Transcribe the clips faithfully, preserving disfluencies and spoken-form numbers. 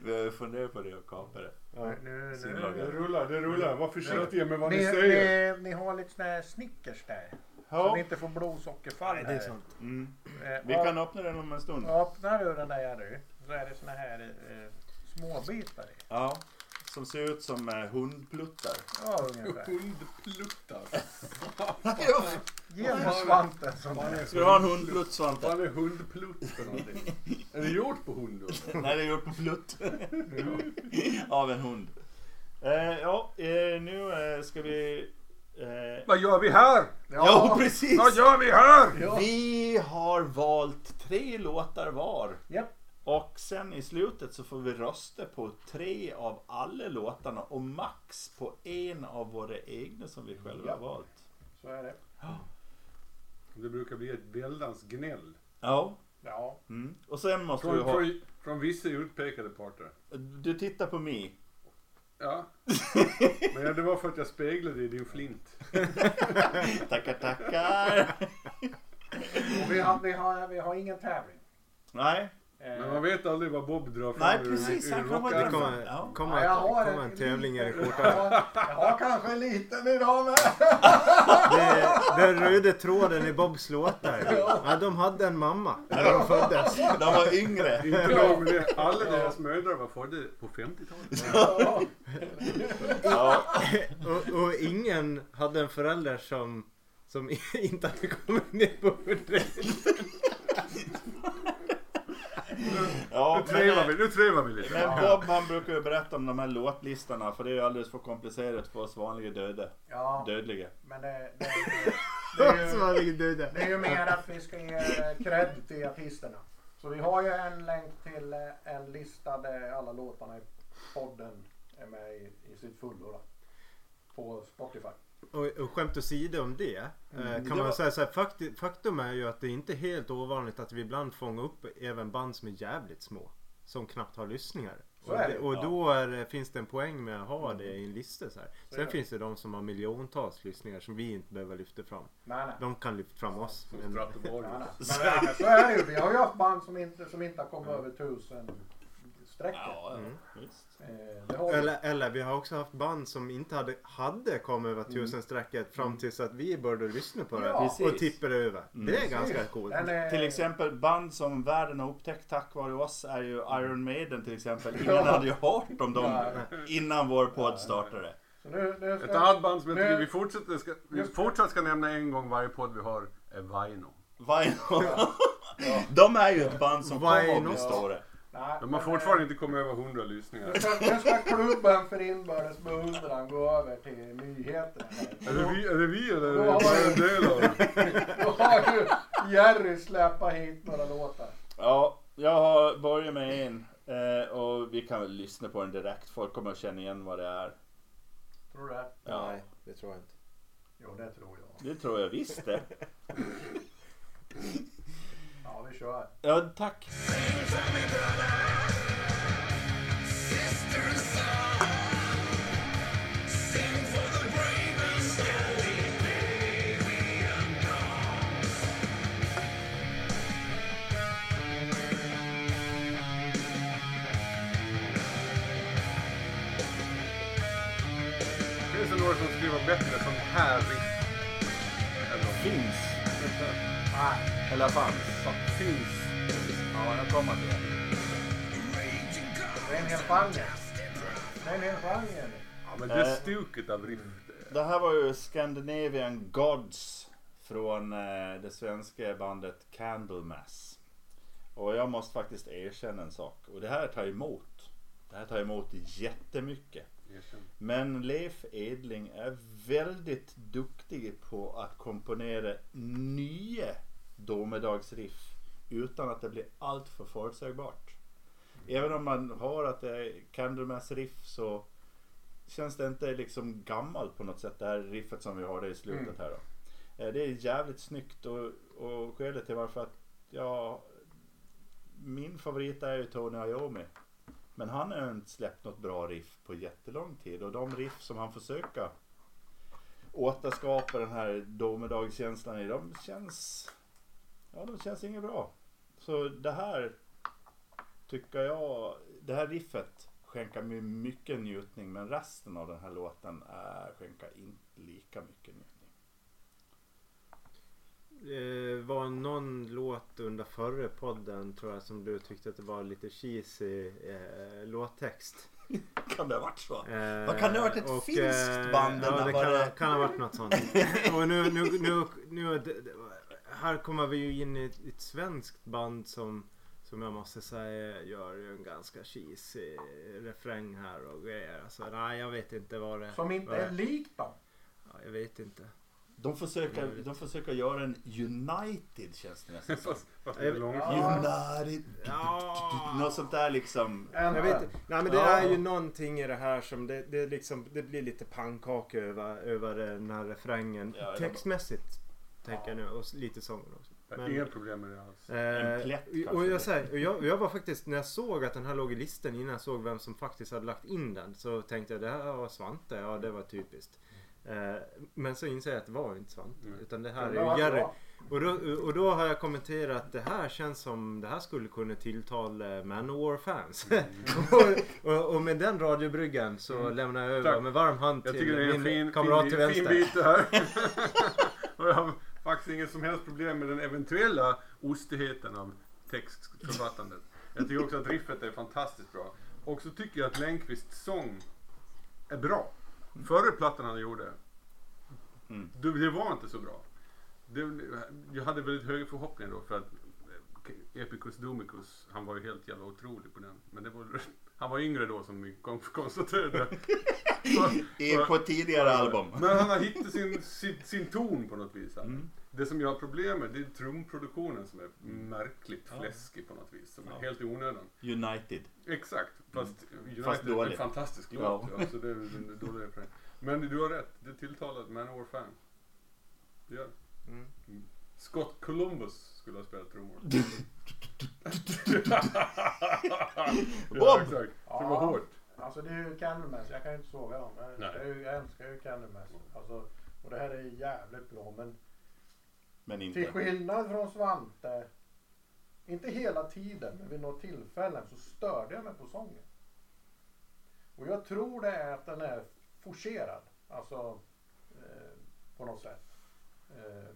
Vi har ju funderat på det och kapar det. Ja. Nu, nu, Det nu. rullar, det rullar. Var försiktiga med vad ni Ni, säger. ni, ni har lite såna här Snickers där. Så Ja. ni inte får blodsockerfall Nej, det är här. sant. Mm. Eh, Vi och- kan öppna den om en stund. Öppnar du den där nu så är det såna här eh, småbitar i. Ja. Som ser ut som eh, hundpluttar. Ja, ungefär. Hundpluttar. Ge mig svanten som Vad är- Ska du ha en hundplutt, Svante? Vad är hundplutt för någonting? Är det gjort på hund då? Nej, det är gjort på plutt. Av en hund. Eh, ja, eh, nu eh, ska vi... Eh, Vad gör vi här? ja, precis! Vad gör vi här? Ja. Vi har valt tre låtar var. Japp. Och sen i slutet så får vi rösta på tre av alla låtarna och max på en av våra egna som vi själva Ja. har valt. Så är det. Det brukar bli ett väldans gnäll. Ja. Ja. Mm. Och sen måste Från, vi ha... från, från vissa utpekade parter. Du tittar på mig. Ja. Men det var för att jag speglade i din flint. Tackar, tackar. Och vi, har, vi, har, vi har ingen tävling. Nej. Eh, Men man vet aldrig vad Bob drar fram Nej, ur- precis. ur Han kan vara rockärmen. Det kommer, Ja. kommer, ja, jag ett, har kommer en tävling i liten- skjortan. Jag har, jag har kanske en liten idag med. Det, den röda tråden i Bobs låtar. Ja, de hade en mamma när de föddes. De var yngre. Inte nog med det. Alla deras mödrar var födda på femtiotalet. Ja. Och, och ingen hade en förälder som, som inte hade kommit ner på hundra. Ja, Nu trevar men, vi, nu trevar vi lite. men Bob han brukar ju berätta om de här låtlistorna för det är ju alldeles för komplicerat för oss vanliga döda. Ja, Dödliga. men det, det, det, är Som ju, hade blivit döda. det är ju mer att vi ska ge cred till artisterna. Så vi har ju en länk till eh, en lista där alla låtarna i podden är med i, i sitt fullo då. På Spotify. Och, och skämt åsido om det, Mm, eh, kan det man var- säga så här, fakti, faktum är ju att det är inte helt ovanligt att vi ibland fångar upp även band som är jävligt små. Som knappt har lyssningar. Så Och, är det, det, och ja. då är, det- finns det en poäng med att ha det i en lista så här. Så är Sen det. finns det de som har miljontals lyssningar som vi inte behöver lyfta fram. Nej, nej. De kan lyfta fram oss. Som Men, Strateborg. Nej, nej. Men, men så är det ju. Vi har ju haft band som inte, som inte har kommit över tusen sträckor. Ja, Mm. visst. Eh, det har vi. eller, eller vi har också haft band som inte hade, hade kommit över tusen strecket fram tills att vi började lyssna på det. Ja, och precis. tippade över. Mm. Det är Precis. ganska coolt. Den är- Till exempel band som världen har upptäckt tack vare oss är ju Iron Maiden till exempel. Ingen hade ju hört om dem innan vår podd startade. Så nu, nu ska, Ett annat band som jag tycker Nu- vi fortsätter ska, vi fortsatt ska nämna en gång varje podd vi har är Vaino. Vaino. De är ju ett band som kommer att Vaino. bli stora. nej, De har men, fortfarande inte kommit över hundra lyssningar. Nu ska, nu ska klubben för inbördes beundran gå över till nyheterna. här. Är det vi, är det vi eller är det Ja, bara ja. en del av det? Då har ju Jerry släppt hit några låtar. Ja, jag har börjat med en. Eh, och vi kan väl lyssna på den direkt. Folk kommer att känna igen vad det är. Tror du det? Ja, Nej, det tror jag inte. Jo, det tror jag. det tror jag visst det. Ja, vi kör. Ja, tack. Finns det några som skriver bättre som här riff? Än de Finns. Nej. Eller fanns. som finns. Ja, jag kommer till det. Det är en hel genre. Det är en hel genre. Ja, men det stuket av riff. det- Det här var ju Scandinavian Gods från eh, det svenska bandet Candlemass. Och jag måste faktiskt erkänna en sak. Och det här tar emot. Det här tar emot jättemycket. Erkänn. Men Leif Edling är väldigt duktig på att komponera nya domedagsriff utan att det blir allt för förutsägbart. Även om man hör att det är Candlemass riff så känns det inte liksom gammalt på något sätt, det här riffet som vi har det i slutet här då. Eh, Det är jävligt snyggt och, och skälet till varför att ja, min favorit är ju Tony Iommi. Men han har inte släppt något bra riff på jättelång tid och de riff som han försöker återskapa den här domedagskänslan i, de känns ja, de känns inget bra. Så det här tycker jag det här riffet skänker mig mycket njutning, men resten av den här låten är, skänker inte lika mycket njutning. Det var någon låt under förra podden tror jag som du tyckte att det var lite cheesy eh, låttext. Kan det ha varit så? Eh, Vad kan det ha varit ett och, finskt eh, band? Ja, eller det var kan, det... kan ha varit något sånt. Och nu, nu, nu, nu det, det, här kommer vi ju in i ett, ett svenskt band som, som jag måste säga gör ju en ganska cheesy refräng här och grejer. Alltså, nej, jag vet inte vad det Som inte vad är likt dem. Ja, jag vet inte. De försöker, de försöker göra en United, känns det nästan som. Fast, fast det är långt. Ja. United. Ja. Något sånt där liksom. Jag vet inte. Nej, men det Ja. är ju någonting i det här som det, det, liksom, det blir lite pannkaka över, över den här refrängen. Ja, jag- Textmässigt tänker jag nu och lite sången också. Jag har Men- inga problem med det alls. En plätt Eh, kanske. och jag, säger, och jag, jag var faktiskt, när jag såg att den här låg i listan innan jag såg vem som faktiskt hade lagt in den, så tänkte jag det här var Svante, ja det var typiskt. Eh, men så inser jag att det var inte Svante, Mm. utan det här Det är var ju Jerry. bra. Och då, och då har jag kommenterat att det här känns som det här skulle kunna tilltala Manowar-fans. och, och, och med den radiobryggan så Mm. lämnar jag över Tack. med varm hand Jag till tycker det är en min fin, kamrat fin, till fin vänster. bit det här. Och jag har faktiskt inget som helst problem med den eventuella ostigheten av textförfattandet. Jag tycker också att riffet är fantastiskt bra. Och så tycker jag att Längqvists sång är bra. Före plattan han gjorde, Mm. det, det var inte så bra. Det, jag hade väldigt höga förhoppningar då för att Epicus Domicus, han var ju helt jävla otrolig på den. Men det var, han var yngre då som vi kon- konstaterade. I, på tidigare album. Men han har hittat sin, sin, sin ton på något vis här. Mm. Det som jag har problem med, det är trumproduktionen som är märkligt Ja. fläskig på något vis. Som är Ja. helt i onödan. United. Exakt, fast United Fast är en dålig. fantastisk låt. Ja. Ja. Så det är en dålig referens. Men du har rätt, det tilltalar ett Manowar-fan. Det gör det. Mm. Mm. Scott Columbus skulle ha spelat trummor. Bob! Ja, exakt. Det Ja. var hårt. Alltså det är ju Candlemass, jag kan ju inte såga dem. Jag, Nej. älskar ju, jag älskar ju Candlemass. Alltså, och det här är jävligt bra, men Men till inte. skillnad från Svante, inte hela tiden, men vid något tillfälle så störde jag mig på sången. Och jag tror det är att den är forcerad, alltså eh, på något sätt. Eh,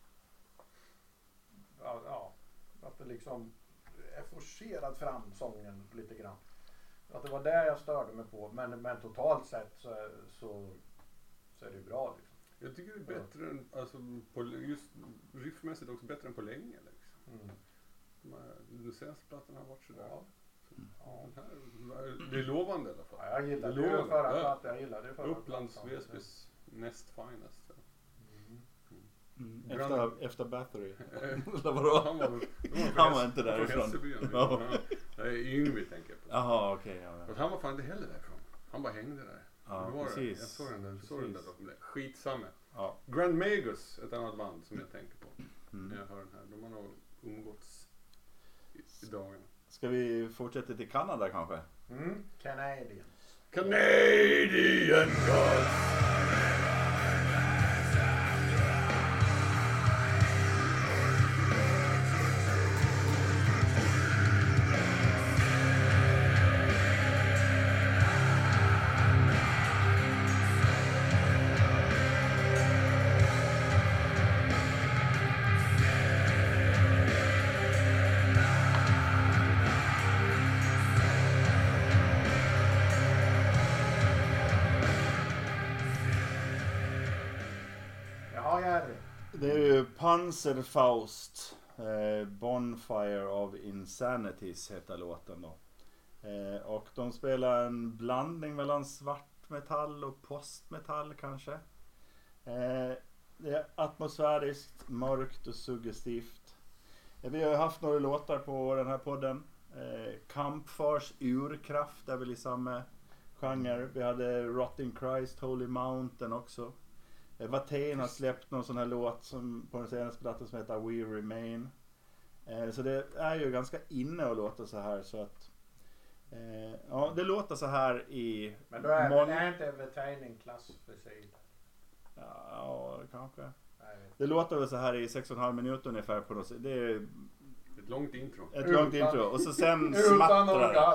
ja, ja, att det liksom är forcerad fram sången lite grann. Att det var där jag störde mig på, men, men totalt sett så, är- så, så är det ju bra liksom. Jag tycker det är bättre än, alltså på, just riffmässigt också bättre än på länge. Liksom. Mm. De här- Den senaste plattan har varit sådär. Ja. Ja. Den här, det är lovande i alla fall. Ja, jag gillade Det ju lovar. förra Ja. plattan. Jag gillade ju förra Upplands plattan. Väsbys näst finest. Ja. Mm. Mm. Grand- Efter, efter Battery. Eh, Eller vadå? Han var, väl- det från Han var Häss- inte från därifrån. Hässelbyn. Ja. Ja. Det är Yngve tänker jag på. Jaha, okej. ja, Fast ja. han var fan inte heller därifrån. Han bara hängde där. Ja, Det var det. precis. Jag såg den där, såg den där Precis. dokumentären. Skitsamma. Ja. Grand Magus, ett annat band som jag tänker på Mm. när jag hör den här. De har nog umgåtts i, i dagarna. Ska vi fortsätta till Kanada kanske? Mm. Canadian. Canadian Gods! Jaha, Jerry. Det är ju Panzerfaust. Eh, Bonfire of Insanities heter låten då. Eh, och de spelar en blandning mellan svartmetall och postmetall kanske. Eh, det är atmosfäriskt, mörkt och suggestivt. Eh, vi har ju haft några låtar på den här podden. Eh, Kampfars Urkraft är väl i samma genre. Vi hade Rotting Christ, Holy Mountain också. Eh, Watain har släppt någon sån här låt som, på den senaste plattan som heter We Remain. Eh, så det är ju ganska inne att låta så här så att eh, ja, det låter så här i Men då är mån- det är inte Watain klass för sig. ja, kanske. Nej, jag vet. Det låter väl så här i sex och en halv minut ungefär på något sätt. Det är Ett långt intro. ett långt Utan- intro och så sen Utan smattrar det. orgasm.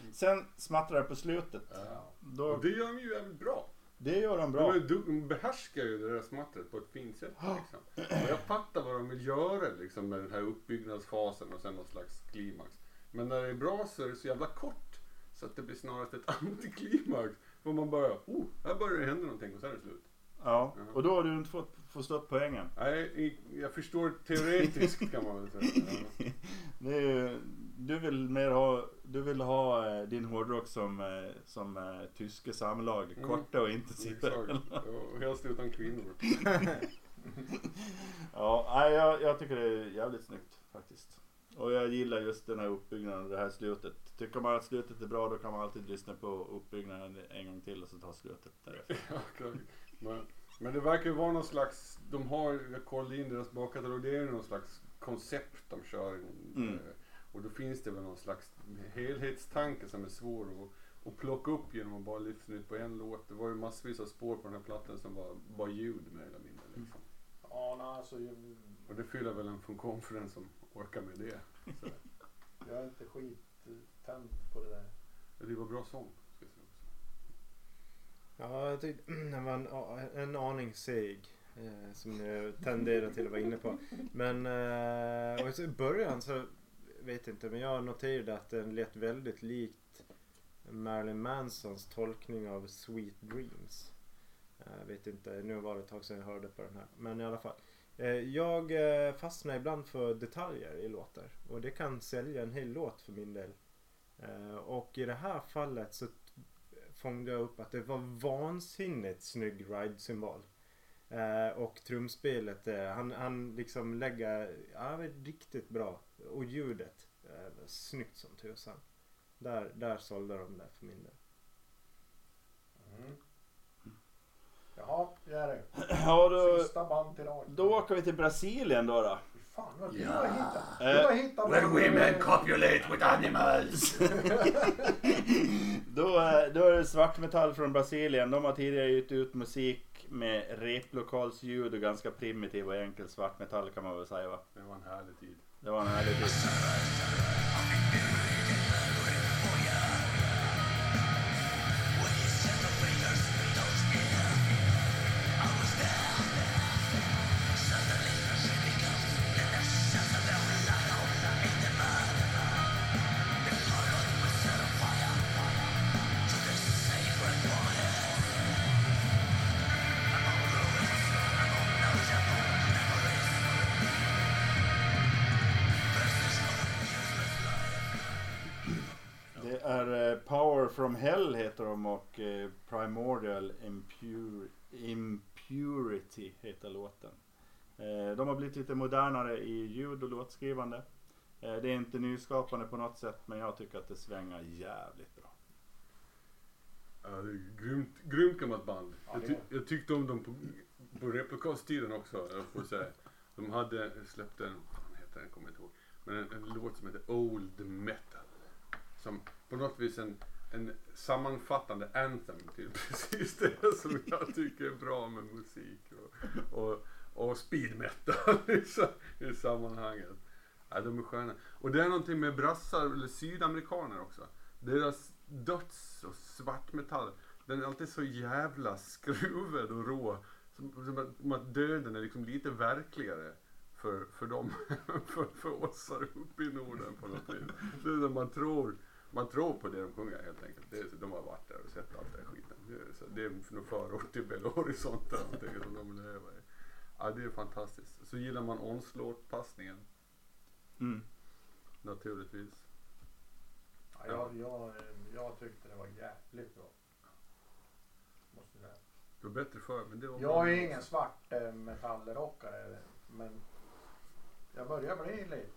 Sen smattrar det på slutet. Ja. Då, Och det gör de ju jävligt bra. det gör de bra. De, de behärskar ju det där smattret på ett fint sätt. Liksom. Och jag fattar vad de vill göra liksom, med den här uppbyggnadsfasen och sen någon slags klimax. Men när det är bra så är det så jävla kort. Så att det blir snarast ett antiklimax. Och man bara, oh, här börjar det hända någonting och sen är det slut. Ja, och då har du inte fått förstått poängen. Nej, jag förstår teoretiskt kan man väl säga. Ja. Det är ju, du vill mer ha, du vill ha eh, din hårdrock som, eh, som eh, tyska samlag, Mm. korta och intensiva. Exakt. Och helst utan kvinnor. Ja, nej, jag, jag tycker det är jävligt snyggt faktiskt. Och jag gillar just den här uppbyggnaden och det här slutet. Tycker man att slutet är bra, då kan man alltid lyssna på uppbyggnaden en gång till och så ta slutet därefter. Ja, klart. Men, men det verkar ju vara någon slags, de har, jag kollade in deras bakkatalog, det är någon slags koncept de kör. Mm. Eh, Och då finns det väl någon slags helhetstanke som är svår att, att plocka upp genom att bara lyfta ut på en låt. Det var ju massvis av spår på den här plattan som var bara ljud mer eller mindre. Liksom. Ja, nej, alltså, jag, Och det fyller väl en funktion för den som orkar med det. Så, jag är inte skittänd på det där. det var bra sång. Ska jag säga också. Ja, jag tyckte den var en, en aning seg. Eh, som jag tenderar till att vara inne på. Men eh, och så i början så vet inte, men jag noterade att den lät väldigt likt Marilyn Mansons tolkning av Sweet Dreams. Jag vet inte, nu var det ett tag sedan jag hörde på den här. Men i alla fall. Eh, jag eh, fastnar ibland för detaljer i låtar. Och det kan sälja en hel låt för min del. Eh, och i det här fallet så fångade jag upp att det var vansinnigt snygg ride-symbol. Eh, och trumspelet, eh, han, han liksom lägger, ja, riktigt bra. Och ljudet, eh, snyggt som tusan. Där, där sålde de det för min del. Mm. Jaha, Jerry. Ja, då, Sista band till idag. då åker vi till Brasilien då. då. Fan vad du Ja. har hittat. Du Eh, har hittat. Where women copulate with animals. Då, eh, då är det svartmetall från Brasilien. De har tidigare gett ut musik med replokalsljud och ganska primitiv och enkel svartmetall kan man väl säga, va? Det var en härlig tid. Det var en härlig tid. Det är eh, Power from Hell heter de och eh, Primordial Impur- Impurity heter låten. Eh, de har blivit lite modernare i ljud och låtskrivande. Eh, det är inte nyskapande på något sätt, men jag tycker att det svänger jävligt bra. Ja, det är grymt, grymt gammalt band. Ja, jag, det ty, är. jag tyckte om dem på, på replokastiden också. Jag får säga. De hade släppt en, vad fan heter den, kommer jag inte ihåg. Men en, en låt som heter Old Metal. Som på något vis en, en sammanfattande anthem till precis det som jag tycker är bra med musik. Och, och, och speed metal i sammanhanget. Ja, de är sköna. Och det är någonting med brassar eller sydamerikaner också. Deras döds och svartmetall, den är alltid så jävla skruvad och rå. Som, som, att, som att döden är liksom lite verkligare för, för dem, för, för oss här uppe i Norden på något vis. Det är som man tror, man tror på det de sjunger helt enkelt. Det är, de har varit där och sett allt det här skiten. Det är, så, det är nog förort till Belo Horizonte som de lever i. Ja, det är fantastiskt. Så gillar man onslaught-passningen. Mm. Naturligtvis. Ja, jag, jag, jag tyckte det var jävligt bra. Måste jag säga. Det var bättre förr, men det var Jag är ingen svart eh, metallrockare, men jag börjar bli lite.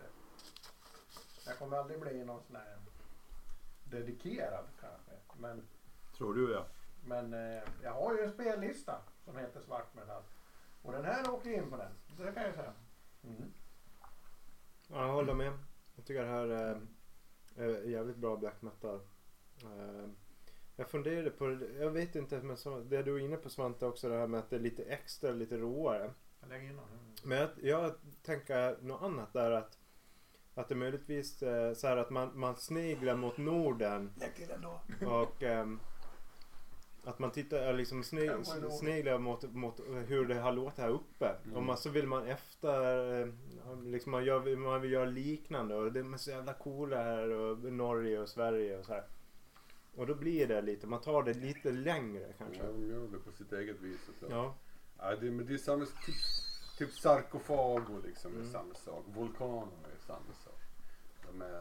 Jag kommer aldrig bli någon sån här dedikerad kanske. Men, Tror du, ja. men eh, jag har ju en spellista som heter svart metall. Och den här åker in på den. Det kan jag säga. Mm. Ja, jag håller med. Jag tycker det här är, är jävligt bra black metal. Uh, jag funderade på det, jag vet inte, men så, det du är inne på Svante också, det här med att det är lite extra, lite råare. Jag lägger in den. Men jag, jag tänker något annat där, att Att det möjligtvis eh, så här att man, man sneglar mot Norden. Lägg till den då. Och ehm, att man tittar liksom sne, sneglar mot, mot hur det har låtit här uppe. Mm. Och man, så vill man efter eh, liksom man, gör, man vill göra liknande. Och det är så jävla coola här och Norge och Sverige och så här. Och då blir det lite, man tar det lite längre kanske. Ja, de gör det på sitt eget vis. Så. Ja. Ja, det, men det är samma typ, typ sarkofago liksom, är Mm. samma sak. Vulkaner är samma sak. De är,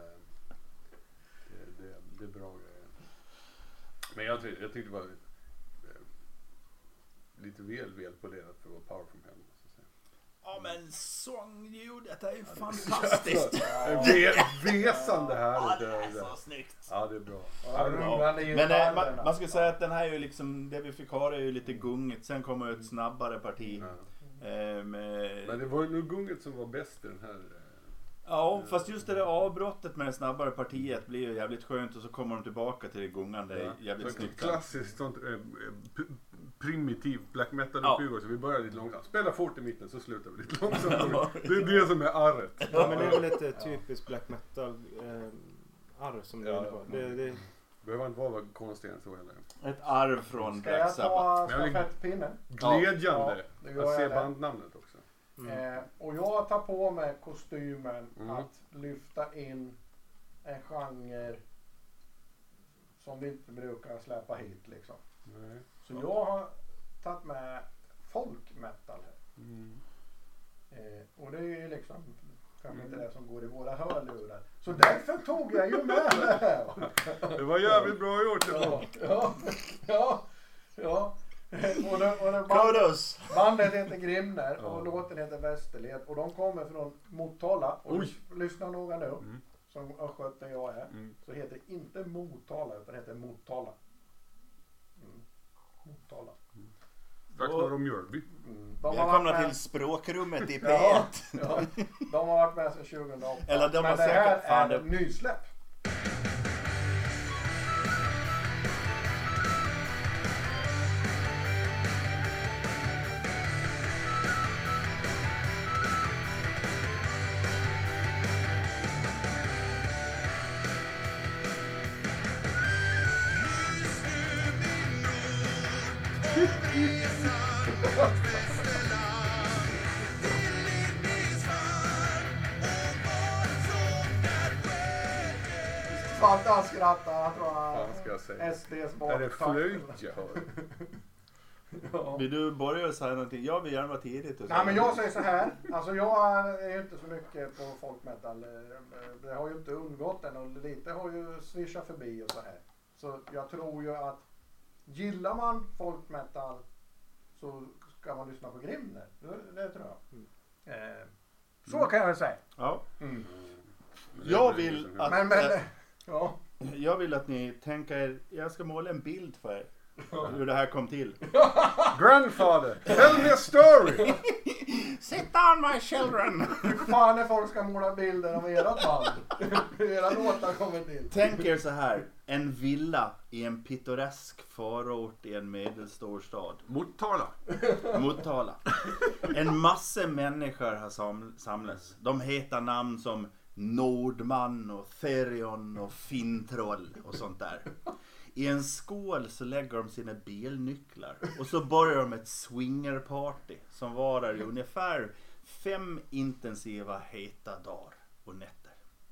det, det, det är bra grejer. Men jag, tyck, jag tyckte det var eh, lite väl välpolerat för att vara Power from Hell. Så att säga. Ja men sångljudet är ju fantastiskt. Vä- Väsande här. Ja det, det är det. så snyggt. Ja, det är bra. Ja, Ja, det är bra. rullande Men eh, gitarrerna. man, man ska säga att den här är ju liksom, det vi fick höra är ju lite gungigt. Sen kommer ett snabbare parti. Ja. Eh, med, Men det var ju nog gunget som var bäst i den här. eh, ja fast just det där avbrottet med det snabbare partiet blir ju jävligt skönt och så kommer de tillbaka till det gungande Ja. jävligt Så snyggt. klassiskt sånt eh, p- primitiv black metal Ja. uppbyggnad. Så vi börjar lite långsamt. Spela fort i mitten så slutar vi lite långsamt. Det är det som är arret. Ja men det är väl ett eh, typiskt black metal eh, arv som du är Ja, inne på. ja. Det, det, Behöver inte vara konstigare än så heller. Ett arv från Ska Black jag Sabbath. ta Men jag vill- stafettpinnen? Glädjande Ja, det gör att jag se det. bandnamnet också. mm. Eh, och jag tar på mig kostymen Mm. att lyfta in en genre som vi inte brukar släppa hit liksom. Nej. Så jag har tagit med folk metal här. Mm. Eh, och det är ju liksom kanske inte det som går i våra hörlurar. Så därför tog jag ju med det här. Det var jävligt bra gjort. Det Ja, var. ja, ja, ja. Och det, och det bandet, Kodus! bandet heter Grimner Ja. och låten heter Västerled och de kommer från Motala. Och Oj. lyssna noga nu, Mm. som östgöten jag är, Mm. så heter det inte Motala utan heter Motala. Mm. Motala. Strax norr om Mjölby. Mm. De har Välkomna varit med- till språkrummet i P Ja, ett. ja, de har varit med sedan tjugohundraåtta. Eller de har Men det här säkert- fan, är det- nysläpp. Fan, han skrattar. Jag tror Fan han ska jag säga. S D:s Är det baktack. flöjt jag hör? Ja. Vill du börja säga någonting? Jag vill gärna vara tidigt. och Nej säga men jag någonting. säger så här. Alltså jag är ju inte så mycket på folkmetal. Det har ju inte undgått än och lite har ju swishat förbi och så här. Så jag tror ju att gillar man folkmetal så ska man lyssna på Grimner. Det, det tror jag. Eh, så kan jag väl säga. Ja. Mm. Jag vill att- Men men. Ja. Jag vill att ni tänker er, jag ska måla en bild för er. Hur det här kom till. Grandfather, tell me a story! Sit down my children! Hur fan är folk ska måla bilder av ert band? Era låtar kommer till. Tänk er så här. En villa i en pittoresk förort i en medelstor stad. Motala. Motala. En massa människor har sam- samlats. De heter namn som Nordman och Therion och Fintroll och sånt där. I en skål så lägger de sina bilnycklar och så börjar de ett swingerparty som varar i ungefär fem intensiva heta dagar och nätter.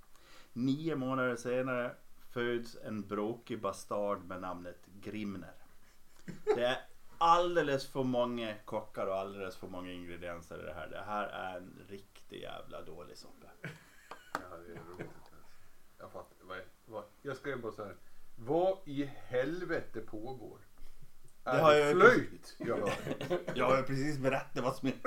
Nio månader senare föds en bråkig bastard med namnet Grimner. Det är alldeles för många kockar och alldeles för många ingredienser i det här. Det här är en riktig jävla dålig soppa. Ja, det är roligt. Jag fattar. Vad, vad, jag skrev bara så här. Vad i helvete pågår? Är Det har det jag ju flöjt jag hör? Jag har ju precis berättat vad som är...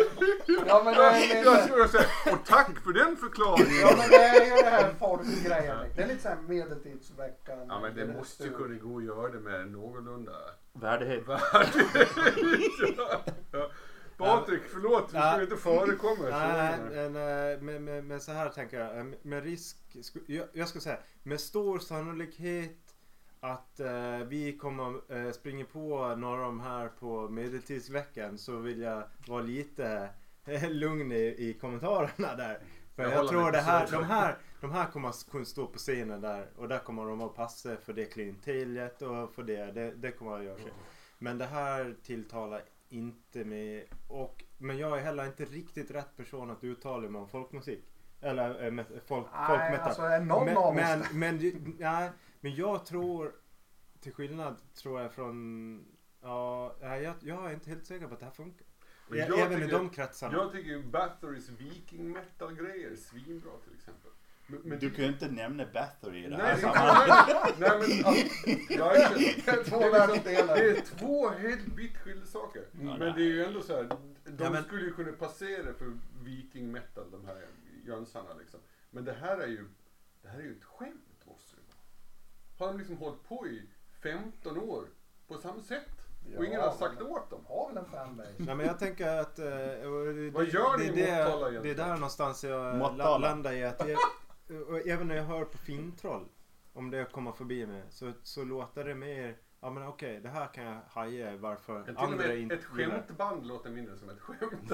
Ja men det är Jag lite, skulle säga, och tack för den förklaringen. ja, men det är ju det här folkgrejen. Det är lite såhär medeltidsveckan. Ja men det måste ju kunna gå att göra det med någorlunda Värdighet. värdighet. Ja, ja. Patrik, förlåt, vi Ja. skulle inte förekomma. Nej, men, eh, men, men, men så här tänker jag. eh, Med risk, sku- jag, jag ska säga, med stor sannolikhet att eh, vi kommer eh, springa på några av de här på medeltidsveckan, så vill jag vara lite eh, lugn i, i kommentarerna där. För Jag jag, håller tror med det på här, så. de här, de här kommer att kunna stå på scenen där och där kommer de att passa för det klientelet och för det, det, det kommer att göra sig. Men det här tilltalar inte mig och, men jag är heller inte riktigt rätt person att uttala mig om folkmusik. Eller äh, folk, Nej, folkmetal. alltså är någon men, av oss. men, men, men, nej, men jag tror, till skillnad tror jag från, ja, jag, jag är inte helt säker på att det här funkar. Men Ä- jag Även tycker- i de kretsarna. Jag tycker ju Bathory's viking metal grejer är svinbra till exempel. Men, men Du kan ju inte nämna Bathory i det här Nej, det sammanhanget. är nej men alltså, jag är, Det är två det, är liksom, världsdelar. det är två helt vitt skilda saker. Mm. Men det är ju ändå så här, de Ja, men- skulle ju kunna passera för viking metal, de här jönsarna liksom. Men det här är ju, det här är ju ett skämt måste det vara. Har de liksom hållit på i femton år på samma sätt? Och Ja, ingen har sagt men- åt dem. Har väl en fanbase. Nej, men jag tänker att eh, och det, Vad gör ni det, i det, Motala det är egentligen? där någonstans jag Motala. la- landar i att jag, och även när jag hör på fintroll, om det kommer förbi mig, så, så låter det mer, ja men okej, det här kan jag haja varför Men till och andra med inte ett gillar. skämtband låter mindre som ett skämt.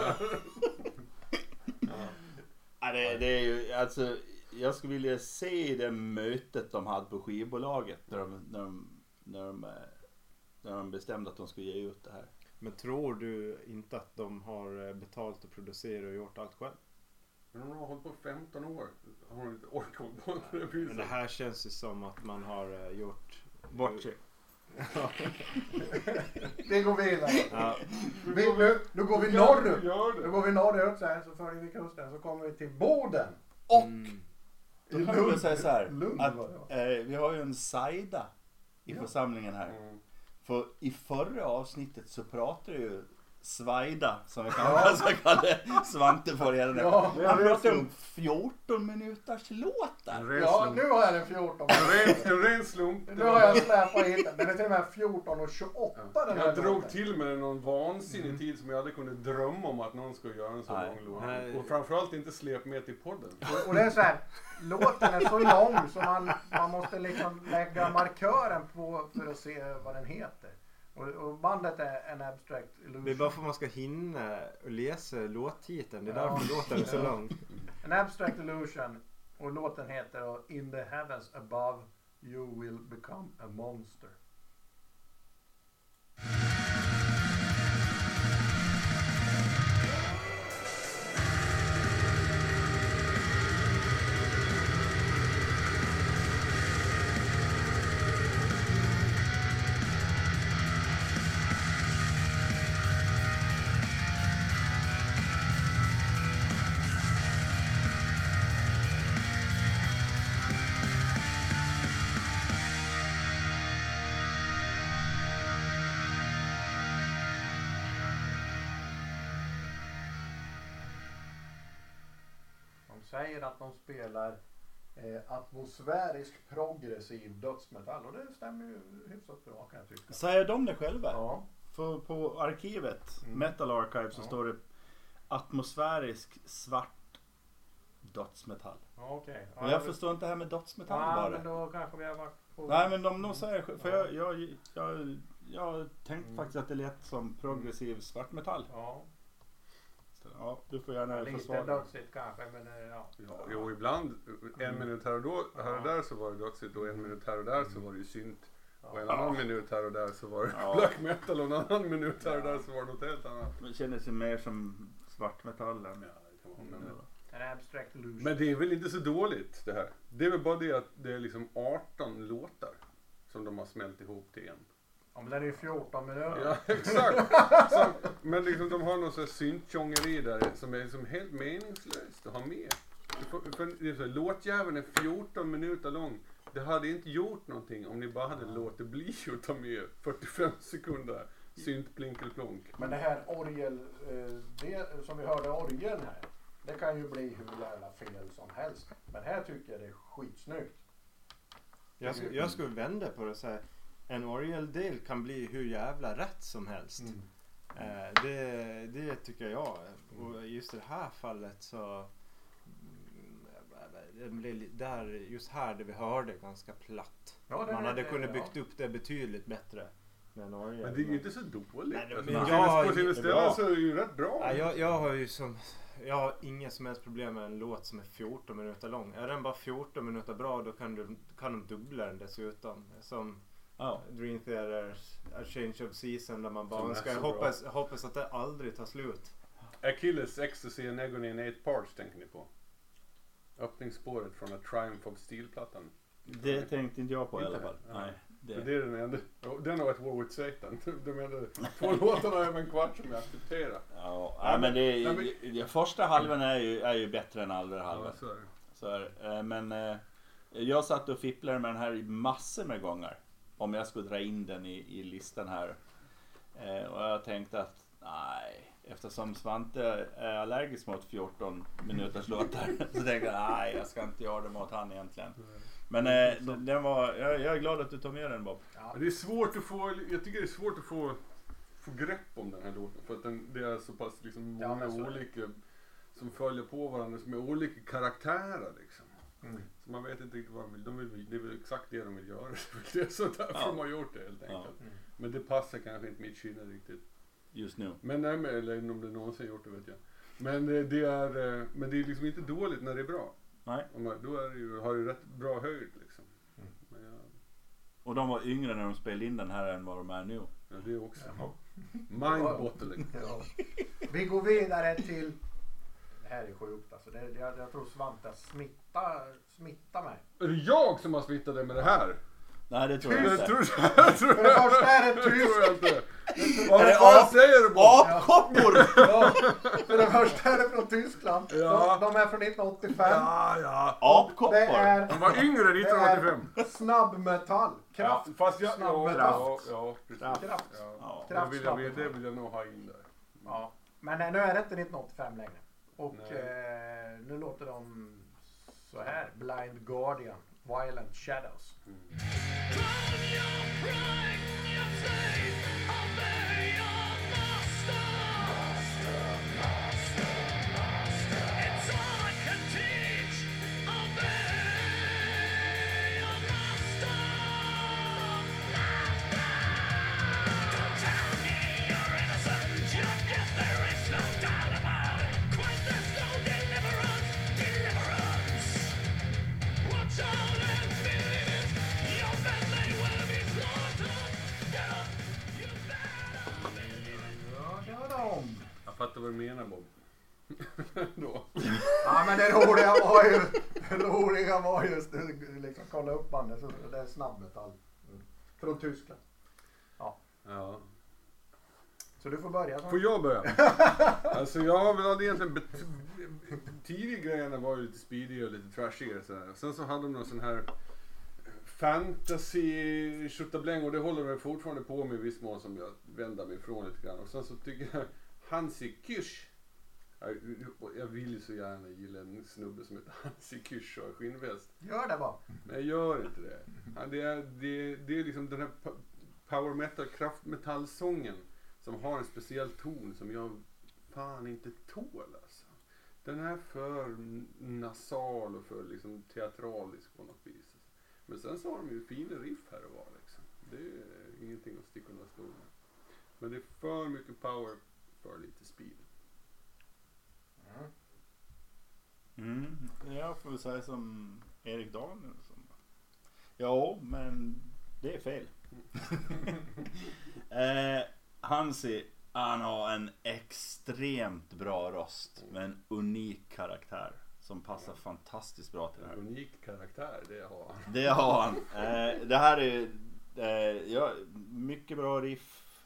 Ja, det, det är ju, alltså, jag skulle vilja se det mötet de hade på skivbolaget när de, när de, när de, eh, när de bestämde att de skulle ge ut det här. Men tror du inte att de har eh, betalt och producerat och gjort allt själv? Men de har hållit på femton år. Har de inte orkat hålla på på det viset? Men det här känns ju som att man har eh, gjort Bort sig. Vi går vidare. Ja, Vi, nu, nu går vi Gör norrut. det, gör Nu det. går vi norrut så här så följer vi kusten så kommer vi till Boden. Och mm. Då kan man väl säga så här, Lund att var det, eh, vi har ju en Saida i Ja. församlingen här. Mm. För i förra avsnittet så pratade ju Svaida, som vi Ja. kanske kallade Svante för redan. Ja, Han pratade om fjorton minutars låtar. En ren Ja, slump. nu har jag den fjorton. En ren, en ren slump. Det Nu var har jag bara- släpat hit den. Den är till och med fjorton och tjugoåtta den här Jag drog låten. till med någon vansinnig Mm. tid som jag aldrig kunde drömma om att någon skulle göra en så Nej. lång låt. Nej. Och framförallt inte släp med till podden. Och- Och det är så här, låten är så lång så man, man måste liksom lägga markören på för att se vad den heter. Och, och bandet är en abstract illusion. Det är bara för att man ska hinna och läsa låttiteln. Det är Ja. därför låten är så Ja. lång. En abstract illusion och låten heter då In the heavens above you will become a monster. De säger att de spelar eh, atmosfärisk progressiv dödsmetall och det stämmer ju hyfsat bra kan jag tycka. Säger de det själva? Ja. För på arkivet, Mm. Metal Archive, så Ja. står det atmosfärisk svart dödsmetall. Ja, okej. Och jag förstår inte det här med dödsmetall Ja, bara. men då kanske vi har varit på... Nej men de nog säger, för Ja. jag, jag, jag, jag tänkte Mm. faktiskt att det lät som progressiv svartmetall. Ja, Så, ja, du får gärna lite försvara. dödsigt kanske men eh, ja. Ja, jo, ibland, en minut här och då, här och där så var det dödsigt och en minut här och där så var det ju synt. Och en annan minut här och där så var det Ja. black metal och en annan minut här och där så var det något helt annat. Det kändes ju mer som svartmetall än... Ja, det kan man Mm. hålla. En abstract illusion. Men det är väl inte så dåligt det här. Det är väl bara det att det är liksom arton låtar som de har smält ihop till en. Ja, men den är ju fjorton minuter. Ja, exakt. Så, men liksom de har någon sån här synttjångeri där som är liksom helt meningslöst att ha med. För, för, det är så här, låtjäveln är fjorton minuter lång. Det hade inte gjort någonting om ni bara hade låtit bli att ta med fyrtiofem sekunder synt plinkelplonk. Men det här orgel, eh, det som vi hörde orgeln här. Det kan ju bli hur jävla fel som helst. Men här tycker jag det är skitsnyggt. Jag, sk- jag skulle vända på det och säga en orgeldel kan bli hur jävla rätt som helst. Eh, det, det tycker jag. Och just i det här fallet så mm, det blev li- där, just här det vi hörde ganska platt. Ja, det- Man hade det- kunnat ja. byggt upp det betydligt bättre. med Norge. Men det är ju inte så dåligt. Nej, Alltså, men på jag- sina- på sina det är ställen bra. så är det ju rätt bra. Ja, jag, jag har ju som jag har inga som helst problem med en låt som är fjorton minuter lång. Är den bara fjorton minuter bra, då kan du kan de dubbla den dessutom. Som Ja. Dream Theaters A Change of Season, där man Som bara är ska så hoppas, hoppas att det aldrig tar slut. Achilles Ecstasy and Agony in eight parts tänker ni på. Öppningsspåret från A Triumph of Steel-plattan. Det tänkte inte jag på i alla Inte? fall. Ja. Nej. Det. Det. det är den enda. Den har ett War with Satan. De enda två låtarna över en kvart som jag accepterar. Ja, Ja, ja, men det, nej, det, det första halvan är ju, är ju bättre än andra Ja, halvan. så är det. Så är det. Eh, Men eh, jag satt och fipplade med den här i massor med gånger. Om jag skulle dra in den i, i listan här. Eh, och jag tänkte att nej, eftersom Svante är allergisk mot fjorton minuters låtar så tänkte jag nej, jag ska inte göra det mot han egentligen. Men eh, den den var, jag, jag är glad att du tog med den, Bob. Ja. Men det är svårt att få, jag tycker det är svårt att få, få grepp om den här låten. För att den, det är så pass liksom Ja, många men så är det. olika som följer på varandra som är olika karaktärer liksom. Mm. Så man vet inte riktigt vad de vill. De vill det är väl exakt det de vill göra. Det är så därför Ja. de har gjort det helt enkelt. Mm. Men det passar kanske inte mitt kynne riktigt. Just nu. Men nej, men, eller om det någonsin gjort det vet jag. Men eh, det är, eh, men det är liksom inte dåligt när det är bra. Nej. Om man, då är det ju, har det rätt bra höjd liksom. Mm. Men ja, Och de var yngre när de spelade in den här än vad de är nu. ja, det är också. Jaha. Mind-bottling. Ja. Vi går vidare till... Det här är sjukt alltså. Det, jag, jag tror Svante smittar smitta mig. Är det jag som har smittat dig med det här? Nej, det tror jag Jag inte. tror, jag tror, För det första är det det tror tyst. jag inte. Är Vad det fan ap- säger du bara? Apkoppor! Ja, för det första är det från Tyskland. Ja. De, de är från nittonhundraåttiofem. Ja, ja. Det Apkoppor! är, De var yngre det nittonhundraåttiofem. är snabbmetall. Kraft. Ja, fast jag, ja, Snabb ja, ja, precis. Kraft. Ja. Ja. Det, vill jag, det vill jag nog ha in där. Ja. Men eh, nu är det inte nittonhundraåttiofem längre. Och Nej. eh, nu låter de så här. Blind Guardian. Violent Shadows. Ja, det var de. Jag fattar vad du menar Bob. Då. Ja, men det roliga var ju, det roliga var just att liksom kolla upp bandet. Så det är snabbmetall. Från Tyskland. Ja. Så du får börja. Så. Får jag börja? Alltså jag har väl egentligen bet- tidigare grejerna var ju lite speediga och lite trashigare sådär. Sen så hade de någon sån här fantasy tjottabläng och det håller de fortfarande på med i viss mån som jag vänder mig ifrån lite grann. Och sen så tycker jag Hansi Kirsch. Jag, jag vill ju så gärna gilla en snubbe som heter Hansi Kirsch och skinnväst. Gör det bara. Men jag gör inte det. Ja, det, är, det, det är liksom den här pa- power metal, kraftmetallsången som har en speciell ton som jag fan inte tål alltså. Den är för nasal och för liksom teatralisk på något vis. Men sen så har de ju fina riff här och var liksom. Det är ingenting att sticka under stol med. Men det är för mycket power för lite speed. Mm. Jag får väl säga som Erik Danielsson. Ja, men det är fel. eh, Hansi, han har en extremt bra röst med en unik karaktär som passar fantastiskt bra till det här. En unik karaktär, det har han. Det har han. Eh, det här är eh, ja, mycket bra riff.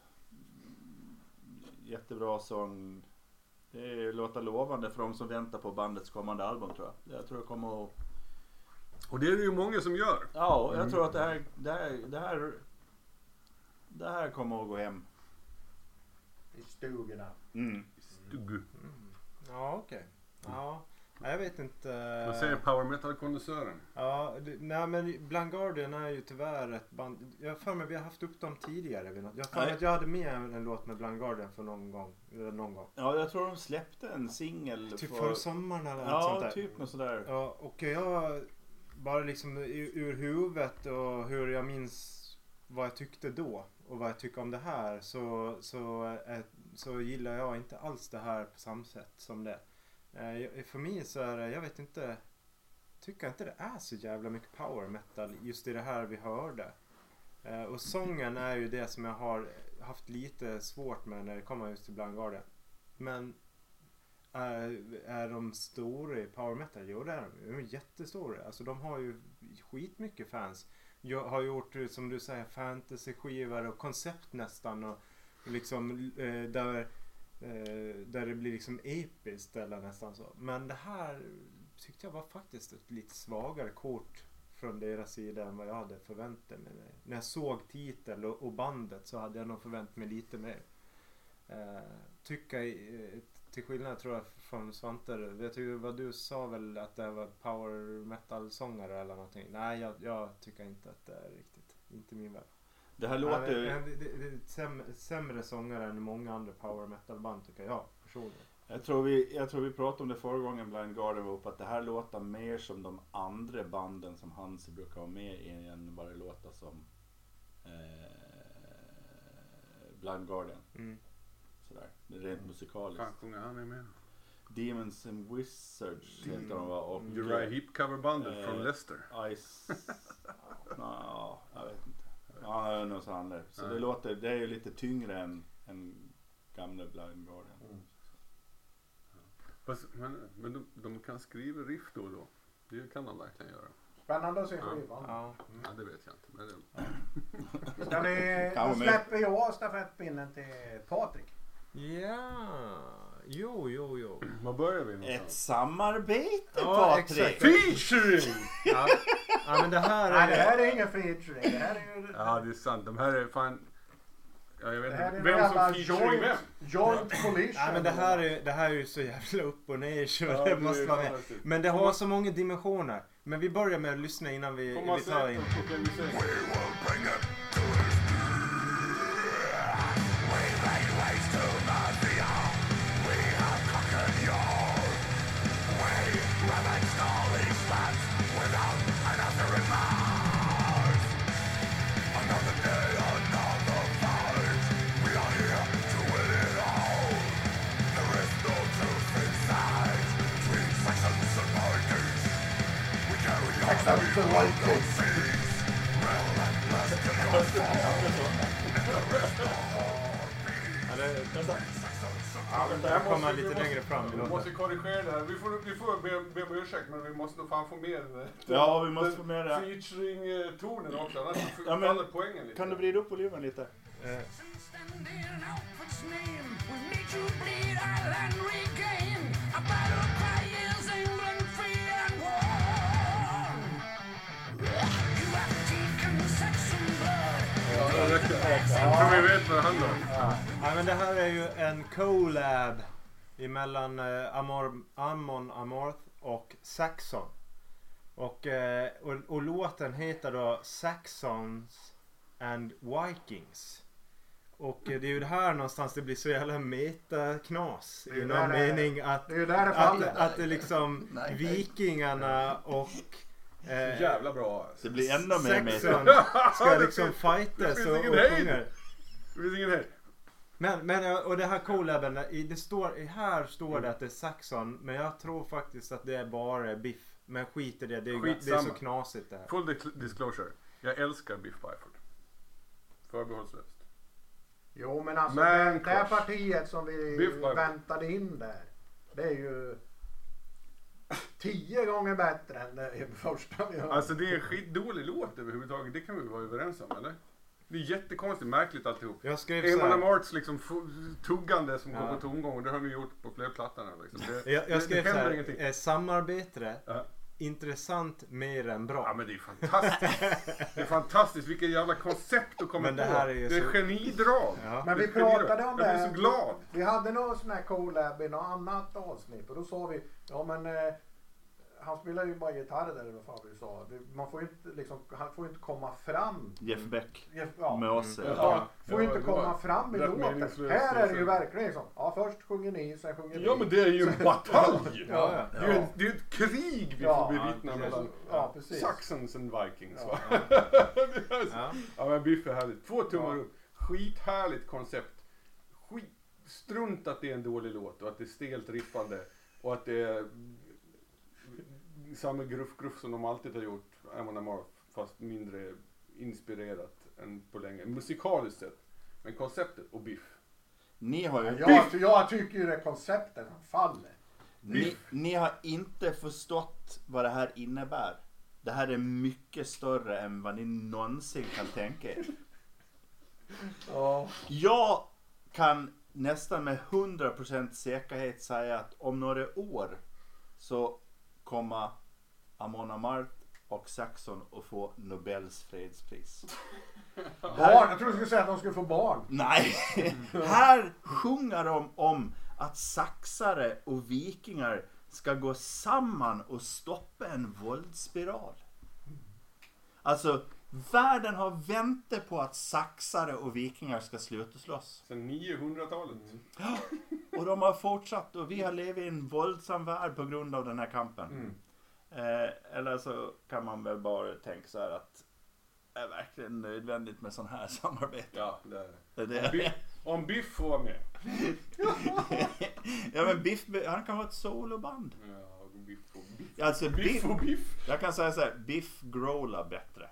Jättebra sång. Det låter lovande för de som väntar på bandets kommande album, tror jag. Jag tror jag kommer att... Och det är det ju många som gör. Ja, jag tror att det här, det här, det här, det här kommer att gå hem. I stugorna. Mm. Stugg. Mm. Ja, okej. Ja, nej, jag vet inte. Vad säger power metal-kondensören? Ja, det, nej men Blind Guardian är ju tyvärr ett band. Jag har för mig vi har haft upp dem tidigare. vid något- Jag har för mig Nej. att jag hade med en låt med Blind Guardian för någon gång. Eller någon gång. Ja, jag tror de släppte en singel. Typ för- för sommaren eller något sånt Ja, där. typ något sådär. Ja, och jag bara liksom ur, ur huvudet och hur jag minns vad jag tyckte då och vad jag tycker om det här så, så, eh, så gillar jag inte alls det här på samma sätt som det. Eh, för mig så är det, jag vet inte, tycker inte det är så jävla mycket power metal just i det här vi hörde. Eh, och sången är ju det som jag har haft lite svårt med när det kommer just till Blind Guardian. Men är, är de stora i power metal? Jo, det är de. De är jättestora. Alltså de har ju skitmycket fans. Jag har gjort, som du säger, fantasy-skivor och koncept nästan och liksom eh, där eh, där det blir liksom episkt eller nästan så. Men det här tyckte jag var faktiskt ett lite svagare kort från deras sida än vad jag hade förväntat mig. När jag såg titel och, och bandet så hade jag nog förväntat mig lite mer. Eh, tycka eh, till skillnad tror jag från Svante. Vet du vad du sa väl att det var power metal sångare eller någonting? Nej, jag, jag tycker inte att det är riktigt. Inte min värld. Det här låter ju... Det, det, det är säm, sämre sångare än många andra power metal band tycker jag personligen. Jag tror, vi, jag tror vi pratade om det förra gången Blind Guardian var uppe, att det här låter mer som de andra banden som Hansi brukar vara med i än bara låta som eh, Blind Guardian. Mm. Sådär, det är rent musikaliskt. Fan, sjunger han är med. Demons and Wizards Mm. heter de va? Och Uriah Heep coverbandet eh, från Leicester. Ice... Ja, jag vet inte. Ja, han är nog så han är. Så Ja. det låter, det är ju lite tyngre än, än gamla Blind Guardian. Mm. Fast, men men de, de kan skriva riff då och då. Det kan de verkligen göra. Spännande att se Ja. skivan. Ja. Ja, det vet jag inte. Men det, Ska ni, Kan då vara med. släpper jag stafettpinnen till Patrik. Ja, jo, jo, jo. var börjar vi Ett någonstans? samarbete Ja, Patrik! exakt. Featuring! Ja. Ja, men det här Nej, det är... här är ingen featuring. Det här är ju... Ja, det är sant. De här är fan... Ja, jag vet det här inte. är Vem som jävla featuring vem? joint collision. Ja, men det här är, det här är ju så jävla upp och ner så Ja, det det måste är vara med. fantastiskt. Men det har så många dimensioner. Men vi börjar med att lyssna innan vi, Får man vi tar in. säga? Okej, vi säger. Jag kommer lite längre fram i Vi låten. måste korrigera det här. Vi får, vi får be, be om ursäkt, men vi måste nog fan få med den. Ja, vi måste få med det. Featuring-tonen också, annars Ja, men faller poängen lite. Kan du vrida upp volymen lite? Eh, Ja, det räcker. Jag tror vi vet vad det handlar om. Ja, men det här är ju en collab emellan eh, Amor, Amon Amarth och Saxon. Och, eh, och, och låten heter då Saxons and Vikings. Och eh, det är ju det här någonstans det blir så jävla metaknas Det är i ju någon där det- mening att, Det är ju där det att, faller. att det liksom Nej, nej. vikingarna och eh, Jävla bra. Det blir ännu mer med. Saxon ska Det liksom finns- fightas det finns och, och ingen hejd. sjunga. Det finns ingen här. Men, men och det här collaben, i- det står, i här står det att det är Saxon, men jag tror faktiskt att det är bara Biff. Men skit i det, det är, det är så Skitsamma. knasigt det här. Full di- disclosure. Jag älskar Biff Byford. Förbehållslöst. Jo, men alltså Man det, det här crush. partiet som vi Biff Byford. väntade in där. Det är ju tio gånger bättre än det första vi hörde. Alltså det är en skitdålig låt överhuvudtaget. Det kan vi vara överens om, eller? Det är jättekonstigt, märkligt alltihop. Jag skrev så Eamon här, Amarths liksom f- tuggande som Ja. går på tomgång. Och det har vi gjort på fler plattorna. Liksom. Det, jag, jag det, skrev det så händer här ingenting. eh, samarbete, Ja. intressant mer än Ja bra. men det är fantastiskt. Det är fantastiskt. Vilket jävla koncept att komma Men det på. här är ju det är så- genidrag. Ja. Men vi Det är genidrag. pratade om Jag det. blir så glad. Vi hade någon sån här collab i något annat avsnitt och då sa vi, ja men eh, han spelar ju bara gitarr där, vad fan vi sa. Det, man får inte liksom, han får inte komma fram. Jeff Beck Jeff, ja. med oss. Mm. Ja. Ja, får Ja, inte det komma var fram i rätt låten. meningslöst, Här är det ju så. verkligen liksom. Ja, först sjunger ni, sen sjunger vi. Ja, men det är ju en batalj. Ja, ja. Det är ju ett, det är ju ett krig vi Ja, får bevittna ja, mellan ja, precis. Saxons and Vikings. Ja. Va? Det är så- Ja. Ja men Biff är härligt. Två tummar Ja. upp. Skithärligt koncept. Skit, strunt att det är en dålig låt och att det är stelt riffande och att det är samma gruff-gruff som de alltid har gjort. Amon Amarth, fast mindre inspirerat än på länge. Musikaliskt sett. Men konceptet och Biff. Ni har ju... Ja, jag, jag tycker ju det konceptet som faller. Ni, ni har inte förstått vad det här innebär. Det här är mycket större än vad ni någonsin kan tänka er. Ja. Jag kan nästan med hundra procent säkerhet säga att om några år så kommer Amon Amarth och Saxon att få Nobels fredspris. Barn, jag trodde du skulle säga att de skulle få barn. Nej, här sjunger de om att saxare och vikingar ska gå samman och stoppa en våldsspiral. Alltså, världen har väntat på att saxare och vikingar ska sluta slåss. Sen niohundratalet. Och de har fortsatt och vi har levt i en våldsam värld på grund av den här kampen. Mm. Eh, eller så kan man väl bara tänka så här att det är verkligen nödvändigt med sån här samarbete. Ja, det är Det är det. Om det. Biff, om Biff får vara med. Ja men Biff, han kan vara ett soloband. Ja, Biff och Biff. Alltså Biff Biff, och Biff. jag kan säga så här, Biff growlar bättre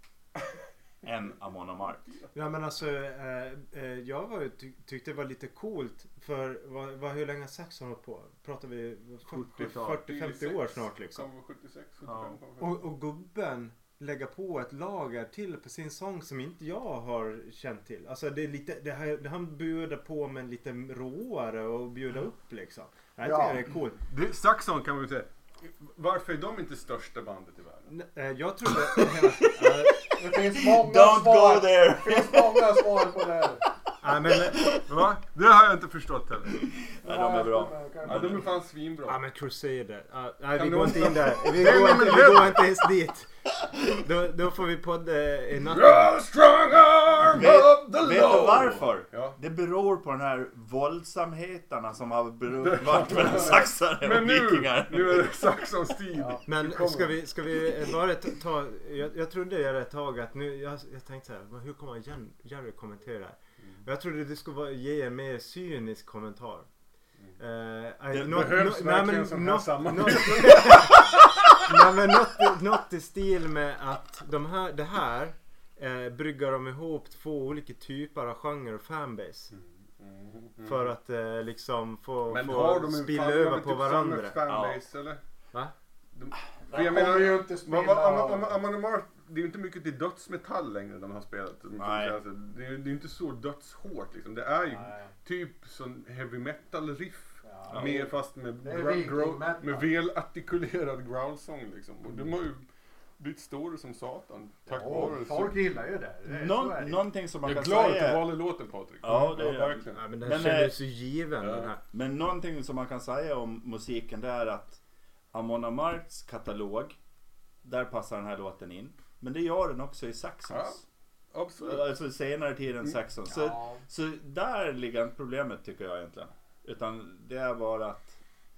än Amon Amarth. Ja men alltså eh, eh, jag var ju ty- tyckte det var lite coolt för vad, vad, hur länge Saxon har hållit på? Pratar vi fyrtio till femtio år snart liksom. Kommer sjuttiosex, Ja. sjuttiofem, kommer Och, och gubben lägga på ett lager till på sin sång som inte jag har känt till. Alltså det är lite, det här, det han bjuder på med en lite råare och bjuda upp liksom. Jag Ja. tycker det är coolt. Det, Saxon kan man ju säga. Varför är de inte största bandet i världen? N- eh, Jag trodde... äh, Det finns många Don't svar. go there! Det finns många svar på det. Nej men, Va? Det har jag inte förstått heller. Ja, de är bra. Ja, de är fan svinbra. ja men Crusader. Ja, nej vi Kan går du- inte in där. Vi Nej, går nej, inte, men vi det- går inte ens dit. Då, då får vi podda i natt. Grow strong arm Vet, of the vet du Lord. varför? Ja. Det beror på den här våldsamheterna som har beror, varit mellan saxare Men och nu, vikingar. nu är det Saxons tid. Ja. Men Det kommer. ska vi, ska vi bara ta, ta jag, jag trodde jag ett tag att nu, jag, jag tänkte så här, men hur kommer Jan, Jerry kommentera? Jag trodde det skulle vara, ge en mer cynisk kommentar. Mm. Det behövs verkligen sån här sammanhang. Nej men något, något i stil med att de här, det här eh, bryggar de ihop två olika typer av genre och fanbase. Mm. För att eh, liksom få, Men få har de en spilla fan- över de på typ varandra. samma fanbase eller? Va? De, De för jag kommer menar, ju inte spela- vad- vad- Am- Am- Amon Amarth, det är ju inte mycket till dödsmetall längre de har spelat. De kan Nej. säga så. Det är ju det är ju inte så dödshårt liksom. Det är ju Nej. typ som heavy metal riff. Ja. Mer fast med, Det är gra- viking growl- metal. med välartikulerad growlsång liksom. Och de har ju blivit stora som satan. Tack Ja, vare folk så. gillar ju det. det är, så är Någon, det. någonting som man Jag är kan glad att du säga. valde låten Patrik. Ja, det är jag. verkligen. Ja, men den Men, kändes eh, så given ja. den här. Men någonting som man kan säga om musiken det är att Amon Amarths katalog, där passar den här låten in. Men det gör den också i Saxons. Absolut. Alltså senare tid än Saxons. Så, Ja. så där ligger inte problemet tycker jag egentligen. Utan det är bara att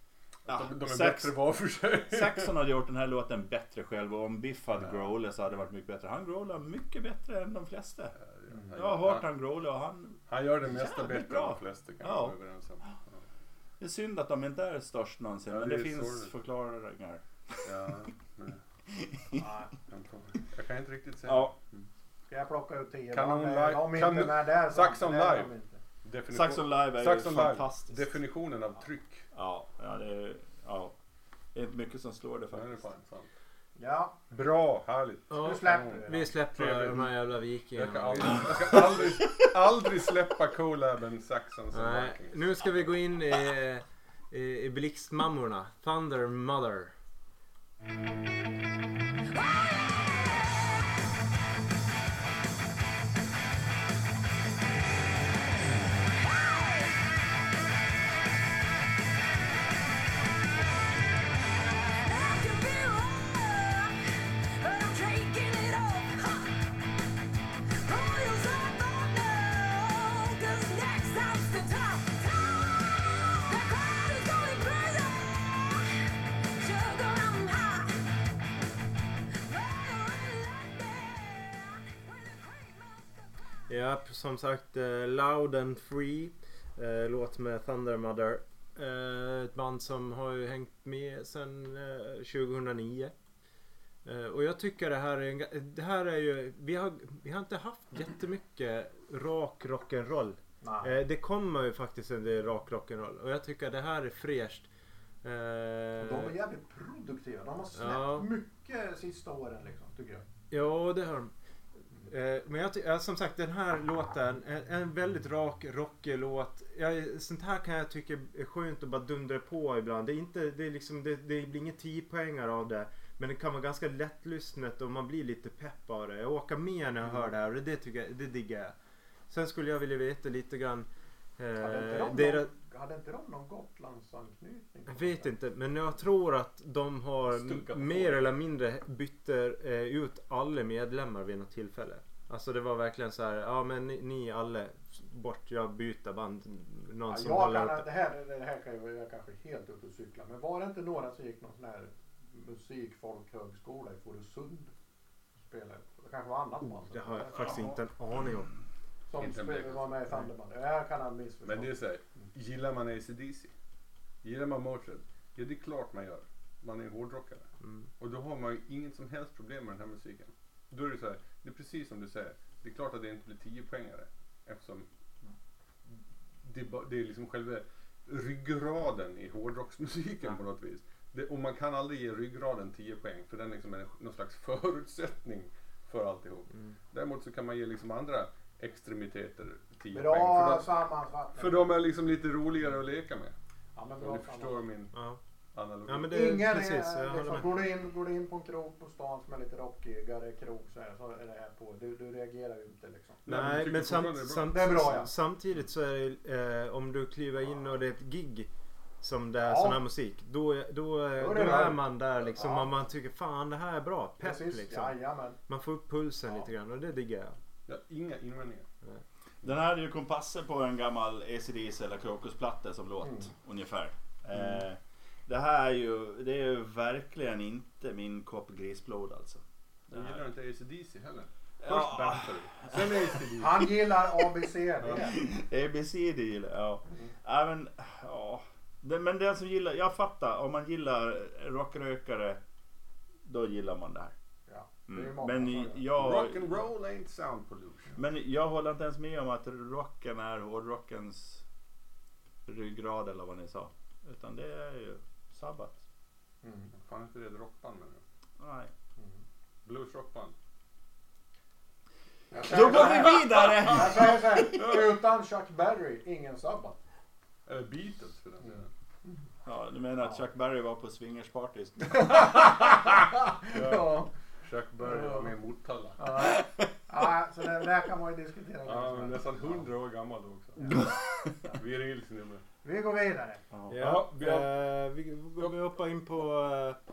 ja, De, de är Sax- bättre var för sig. Saxon hade gjort den här låten bättre själv och om Biff hade Ja. growlat så hade det varit mycket bättre. Han growlar mycket bättre än de flesta. Han Jag har gör- hört han growla och han... Han gör det mesta Jävligt bättre bra. än de flesta kan Ja. vi vara överens om. Ja. Det är synd att de inte är störst någonsin Ja, men det det, är finns sorgligt. förklaringar. Ja, nej. Nej. Jag tror- Jag kan inte riktigt säga. Ja, Ska jag plocka ut tio Kanon band? live. De är Kanon- inte med där. Saxon det är de live. inte. Definition- Saxon Live är Saxon ju Live. fantastiskt. Definitionen av tryck. Ja, ja, det är, ja. Det är inte mycket som slår det Ja, det är faktiskt. fan sant. Ja, Bra, härligt. Ja, nu släpper vi vi det. släpper Trevligt. de här jävla Jag ska vikingarna. aldrig, jag ska aldrig, aldrig släppa collaben Saxon som Nej, Vikings. nu ska vi gå in i, i, i blixtmammorna. Thunder Mother. After Ja, som sagt, uh, Loud and Free. Uh, låt med Thunder Mother. Uh, ett band som har ju hängt med sedan uh, tjugohundranio. Uh, och jag tycker det här är en, det här är ju, vi har, vi har inte haft jättemycket rak rock'n'roll. Uh, det kommer ju faktiskt en del rak rock'n'roll. Och jag tycker det här är fräscht. Uh, de är jävligt produktiva. De har släppt ja. mycket sista åren liksom, tycker jag. Ja, det har de. Uh, men jag ty- som sagt, den här låten är en väldigt rak rockig låt. Jag, sånt här kan jag tycka är skönt att bara dundra på ibland. Det är inte, det är liksom, det, det blir inga tio poängar av det. Men det kan vara ganska lättlyssnat och man blir lite pepp av det. Jag åker med när jag hör det här och det tycker jag, det diggar jag. Sen skulle jag vilja veta lite grann. Uh, hade, inte de deras, någon, hade inte de någon Gotlandsanknytning? Jag vet inte, men jag tror att de har Stuckat på. mer eller mindre bytter eh, ut alla medlemmar vid något tillfälle. Alltså det var verkligen så här, ja men ni, ni alla bort, jag byter band. Någon Ja, som jag håller kan, uppe. det, här, det här kan ju, jag är kanske helt ute och cykla. Men var det inte några som gick någon sån här musikfolkhögskola i Fårösund? Spelade. Det kanske var annat band. Det har jag faktiskt inte en aning om. Som Inte en spelade, Black var med i Thunderband. Jag kan ha missförstått. Men det är så här, gillar man A C D C? Gillar man Motörhead? Ja, det är klart man gör. Man är en hårdrockare. Mm. Och då har man ju inget som helst problem med den här musiken. Då är det så här, det är precis som du säger. Det är klart att det inte blir tio poängare. Eftersom det, ba- det är liksom själva ryggraden i hårdrocksmusiken på något vis. Det, och man kan aldrig ge ryggraden tio poäng. För den liksom är någon slags förutsättning för alltihop. Mm. Däremot så kan man ge liksom andra extremiteter tio poäng. Bra För de, sammanfattning. för de är liksom lite roligare att leka med. Ja, men Om bra du förstår sammanfattning. min Ja. analogi. Ja, men det är Ingen precis, jag är, håller liksom, med. går, du in, går du in på en krog på stan som är lite rockigare krog så, här, så är det här på. Du, du reagerar ju inte liksom. Nej, Nej, men men tycker sam, fortfarande det är bra. sam, Det är bra, ja. samtidigt så är det, eh, om du kliver in och det är ett gig som det är Ja. sån här musik, då, är- då, är- Då då är det är bra. man där liksom Ja. och man tycker fan det här är bra, pepp Precis, liksom. jajamän. Man får upp pulsen Ja. lite grann och det diggar jag. Jag har inga invändningar. Den här är ju kompasser på en gammal A C D C eller Krokusplatta som låt Mm. ungefär. Eh, det här är ju, det är ju verkligen inte min kopp grisblod alltså. Det Jag här- gillar inte A C D C heller. Först Ja. Banter, sen A C D C. Han gillar A B C D. A B C D gillar ja. Mm. Även, ja. Det- Men den som gillar, jag fattar, om man gillar rockrökare då gillar man det här. Ja, det är ju Mm. många Men som i- gör. jag, Rock and roll ain't sound pollution. men jag håller inte ens med om att rocken är hårdrockens ryggrad eller vad ni sa. Utan det är ju Sabbath. Mm. Fan inte det ett rockband med nu. Nej. Mm. Blues rockband. Jag Då säger så går här- vi vidare! Jag säger så här, utan Chuck Berry, ingen Sabbath. Eller Beatles för den delen. Ja, du menar att Chuck Berry var på swingerspartys? Ja. Chuck Berry var med i Motala. Ja. Ja, så det där kan man ju diskutera. Ja, men nästan hundra år gammal då också. Viril snubbe. Vi går vidare. Ja. Ja, vi har- eh, vi, vi, vi hoppar in på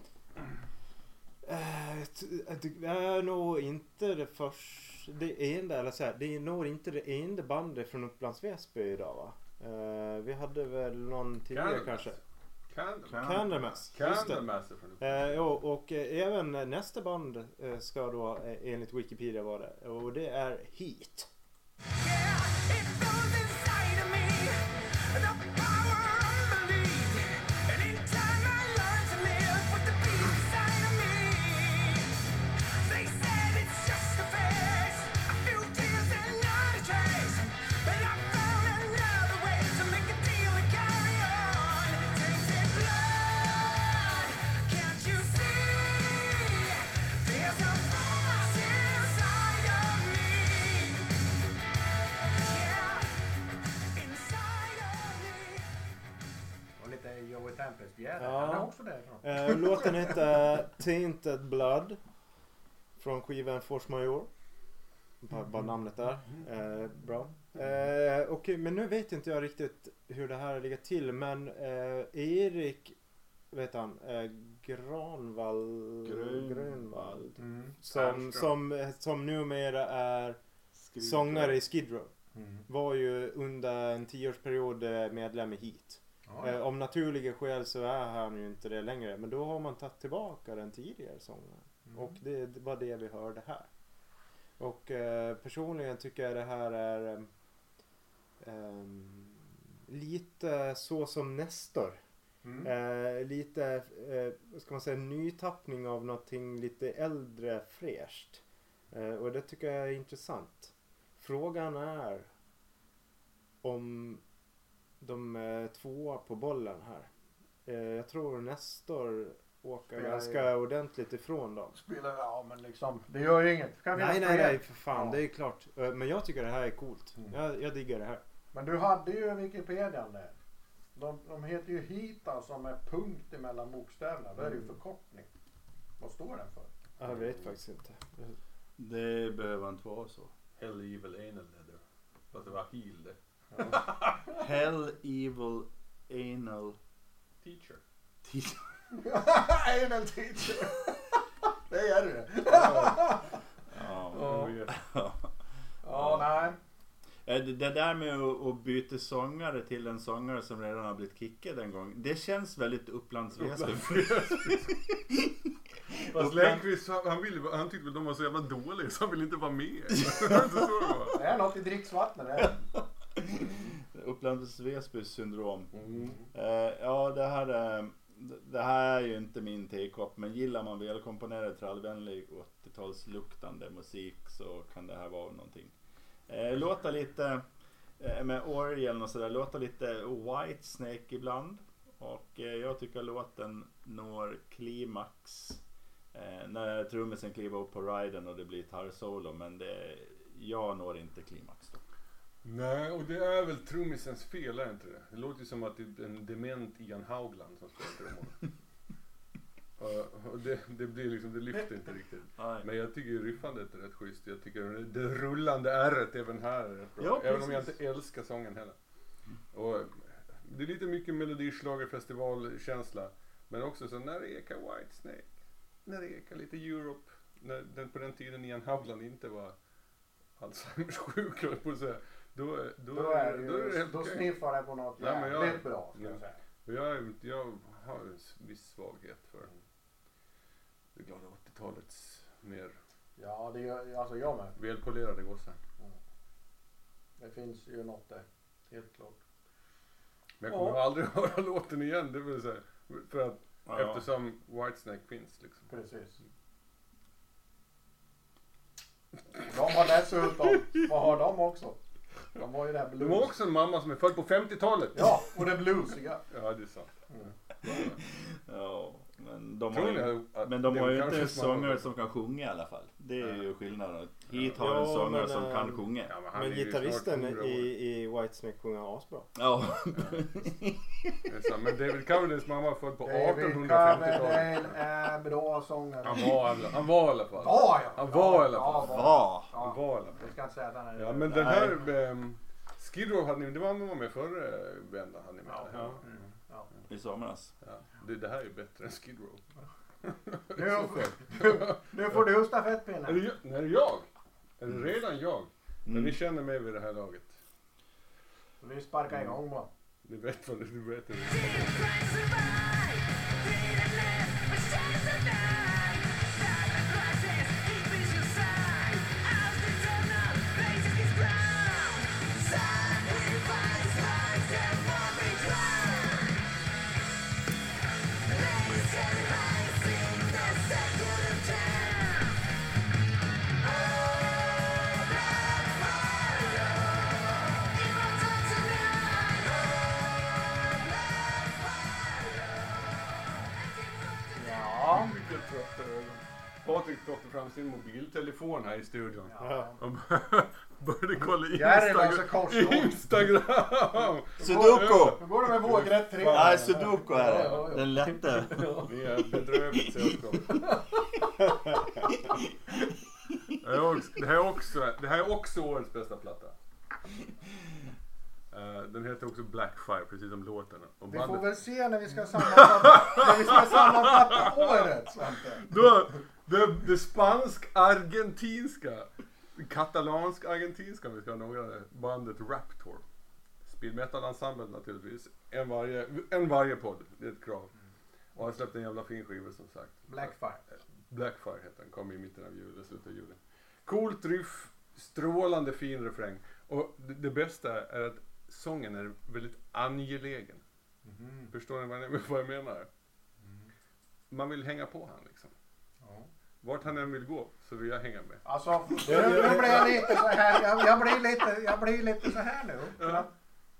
eh, eh, t- det är nog inte det första, det enda, eller så här, det är nog inte det enda bandet från Upplands Väsby idag va? Eh, vi hade väl någon tidigare kanske. Candlemass. Candlemass, just det. Candlemass är från Eh, Uppland. ja, och eh, även nästa band eh, ska då eh, enligt Wikipedia vara det. Och det är Heat. It goes inside of me, the power of belief. And in time I learned to live with the beast inside of me. They said it's just a phase, a few tears and not a trace. But I found another way to make a deal and carry on. Tainted blood, can't you see? There's a force inside of me. Och lite Joey Tempest-jävel. Ja. Han är också därifrån. Eh, låten heter Tainted Blood från skivan Force Major. Bara, bara namnet där. Eh, bra. Eh, Okej, men nu vet inte jag riktigt hur det här ligger till. Men eh, Erik, vet han, eh, Granvall, Grön- Grönvall. Mm. Som, Ernström. som, som numera är sångare i Skid Row. Mm. Var ju under en tioårsperiod eh, medlem i Heat. Ja, Eh, ja. om naturliga skäl så är han ju inte det längre. Men då har man tagit tillbaka den tidigare sången. Mm. Och det, det var det vi hörde här. Och eh, personligen tycker jag det här är eh, eh, lite så som Nestor. Mm. Eh, lite, eh, vad ska man säga, nytappning av någonting lite äldre fräscht. Eh, och det tycker jag är intressant. Frågan är om de är tvåa på bollen här. Eh, jag tror Nestor åker Spelar ganska ju- ordentligt ifrån dem. Spelar, ja men liksom, det gör ju inget. Kan Nej, finnas nej, fler. nej, för fan, Ja. det är klart. Eh, Men jag tycker det här är coolt. Mm. Jag, jag diggar det här. Men du hade ju Wikipedian där. De, de heter ju Hita som är punkt emellan bokstäverna. Då är det ju förkortning. Vad står den för? Jag vet faktiskt inte. Det behöver inte vara så. Hell evil anal leather. Fast det var heal det. Hell evil anal Teacher. teacher. Anal teacher. Det är det. Ja. Ja. Ja. Ja, nej. Eh, Det det där med att att byta sångare till en sångare som redan har blivit kickad en gång. Det känns väldigt Upplands Väsby. Fast Lennqvist, han, han, ville, han tyckte väl de var så jävla dåliga så han ville inte vara med. Det var inte så det var. Det är något i dricksvattnet det är. Upplands Väsby syndrom. Mm. Eh, ja, det här är, det här är ju inte min tekopp, men gillar man välkomponerad trallvänlig åttiotalsluktande musik så kan det här vara någonting. Eh, låta lite eh, med orgeln och sådär, låta lite Whitesnake ibland. Och eh, jag tycker låten når klimax eh, när trummisen kliver upp på riden och det blir gitarrsolo, men det, jag når inte klimax då. Nej, och det är väl trummisens fel, är inte det? Det låter ju som att det är en dement Ian Haugland som spelar trummor. Uh, och det, det blir liksom, det lyfter inte riktigt. Nej. Men jag tycker ju riffandet är rätt schysst. Jag tycker det rullande ärret även här är rätt bra. Ja, även om jag precis. inte älskar sången heller. Och det är lite mycket melodischlagerfestivalkänsla. Men också så när det ekar Whitesnake. När det ekar lite Europe. När den, på den tiden Ian Haugland inte var Alzheimers sjuk, höll jag på att säga. Då, då, Då, är det då är det ju, helt då okej. sniffar det på något Ja, men jag- jävligt bra. Ska jag ja. säga. Och jag, jag har en viss svaghet för det glada åttiotalets mer Ja, det gör alltså jag med. välpolerade gossar. Det finns ju något där. Helt klart. Men jag kommer Ja. aldrig höra låten igen, det vill säga. För att, Ja, ja. eftersom Whitesnake finns liksom. Precis. De har dessutom, vad har de också? De har ju det här blues. De har också en mamma som är född på femtiotalet. Ja, och det bluesiga. Ja, det är sant. Mm. Ja, men de Tror har ni ju, att men de det har är ju kanske inte smart sångare att- som kan sjunga i alla fall. Det är Nej. ju skillnaden. Hit har Ja, en sångare men, som kan ähm, sjunga. Ja, men han Men är ju gitarristen snart hundra år. i, i Whitesnake sjunger asbra. Ja. Det är sant. Men David Coverdales mamma är född på David artonhundrafemtiotalet. Coverdale är bra sångare. Han var, i alla- han var i alla fall. Ja, ja. Han var i alla Ja, fall. var. Va? Han Ja. var i alla fall. Jag ska inte säga att han är Ja, men den Nej. här um, Skid Row hade ni, det var han var med förra vändan hade ni med. Ja. Ja. Mm, ja. I somras. Ja. Det, det här är ju bättre än Skid Row. Nu, nu, nu får du Är det, stafettpinnen. jag- nej, är det jag? Är det redan jag? Men Mm. ni känner mig vid det här laget. Vi sparkar igång bara. Ni vet vad det du vet. Det. Ja. Mycket trötta ögon. Patrik plockade fram sin mobiltelefon här i studion. Ja. Och började kolla Jerry var så Instagram. korsord. Instagram! Sudoku! Hur går det med vågrätt tre? Nej, Sudoku är Ja, ja, det. ja. Den lätte. Ni är bedrövligt sällskap. Det här är också- Det här är också, det här är också årets bästa platta. Eh, den heter också Blackfire, precis som låten. Och Vi får bandet, väl se när vi ska sammanfatta, när vi ska sammanfatta året, Svante. då, det, det spansk-argentinska, katalansk-argentinska, om vi ska ha några, bandet Raptor. Speed metal-ensemble naturligtvis. En varje, en varje podd, det är ett krav. Och han släppte en jävla fin skiva som sagt. Blackfire. Blackfire heter den, kom i mitten av juli, slutet av juli. Coolt riff, strålande fin refräng. Och det, det bästa är att sången är väldigt angelägen. Mhm. Förstår ni vad jag, vad jag menar? Mm. Man vill hänga på han liksom. Ja. Vart han än vill gå så vill jag hänga med. Alltså, nu, nu blir jag lite så här. Jag, jag, blir lite, jag blir lite så här nu. För Ja. att,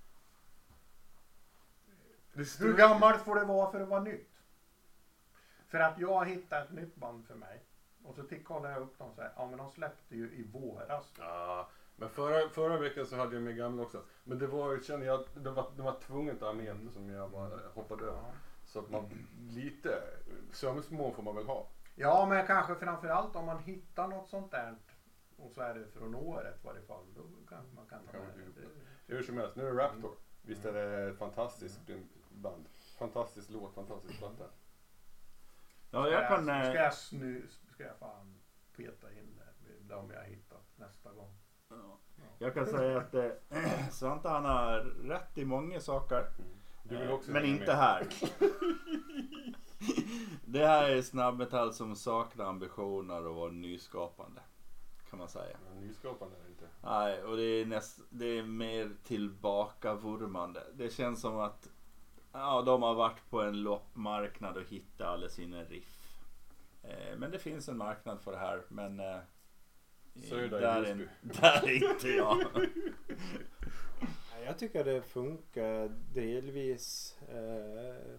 Det hur står- gammalt får det vara för att vara nytt? För att jag har hittat ett nytt band för mig. Och så tick- kollar jag upp dem så här. Ja, men de släppte ju i våras. Ja, men förra, förra veckan så hade jag med gamla också. Men det var ju, känner jag, det var, det var tvunget att ha med en som jag bara hoppade över. Ja. Så att man lite, sömsmål får man väl ha. Ja, men kanske framförallt om man hittar något sånt där. Och så är det från året i varje fall. Då kanske man kan ta Kan med man det. ju- Hur som helst, nu är det Raptor. Visst är det ett fantastiskt band. Fantastisk låt, fantastisk platta. Ja, jag kan... Ska eh, jag snu, ska jag fan peta in det. De jag har hittat nästa gång. Ja. Jag kan säga att eh, Svante han har rätt i många saker. Du vill Eh, också men hänga inte med. här. Det här är snabbmetall som saknar ambitioner och vara nyskapande. Kan man säga. Ja, nyskapande är det inte. Nej, och det är, näst, det är mer tillbakavurmande. Det känns som att ja, de har varit på en loppmarknad och hittat alla sina riff. Eh, men det finns en marknad för det här. Men eh, Söder i där, Visby. är, där är inte jag. Ja, jag tycker det funkar delvis. Eh,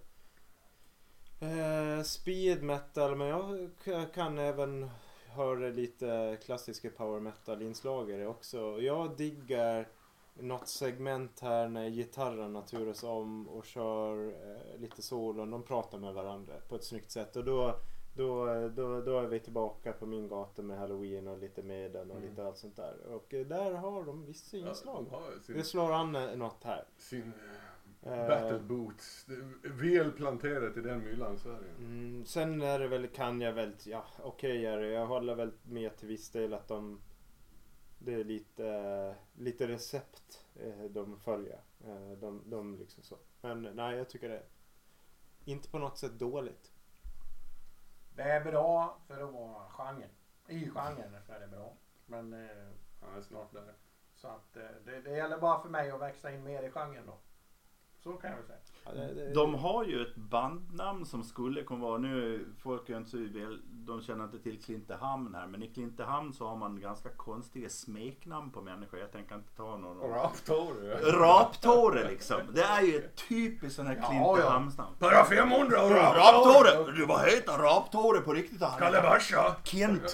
eh, speed metal, men jag k- kan även höra lite klassiska power metal inslag i det också. Jag diggar något segment här när gitarrerna turas om och kör eh, lite solon. De pratar med varandra på ett snyggt sätt och då Då, då, då är vi tillbaka på min gata med Halloween och lite Maiden och Mm. lite allt sånt där. Och eh, där har de vissa inslag. Ja, de har sin, Det slår an eh, något här. sin Eh, eh, battle boots. Det är väl planterat i den myllan, så är det. Mm, sen är det väl, kan jag väl, ja okej är det. Jag håller väl med till viss del att de, det är lite, eh, lite recept eh, de följer. Eh, de, de liksom så. Men nej, jag tycker det är inte på något sätt dåligt. Det är bra för att vara genre. I genren så är det bra. Men eh, Han är snart där. så att eh, det, det gäller bara för mig att växa in mer i genren då. Så kan jag väl säga. Ja, det, det, De har ju ett bandnamn som skulle kunna vara, nu folk är inte så väl, de känner inte till Klintehamn här, men i Klintehamn så har man ganska konstiga smeknamn på människor. Jag tänker inte ta någon. Raptor. Raptore liksom. Det är ju ett typiskt sån här Ja, Klintehamnsnamn. Para femhundra och Raptore! Du, vad heter Raptore på riktigt? Han? Kalabasha. Kent.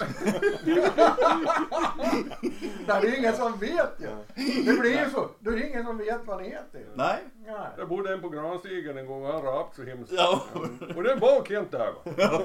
Det är ju ingen som vet ju. Det blir ju så. Det är ingen som vet vad det heter. ju. Nej. Nej. Jag bodde en på Granstigen en gång och han rapt så hemskt. Ja. Och det var Kent där va? Ja.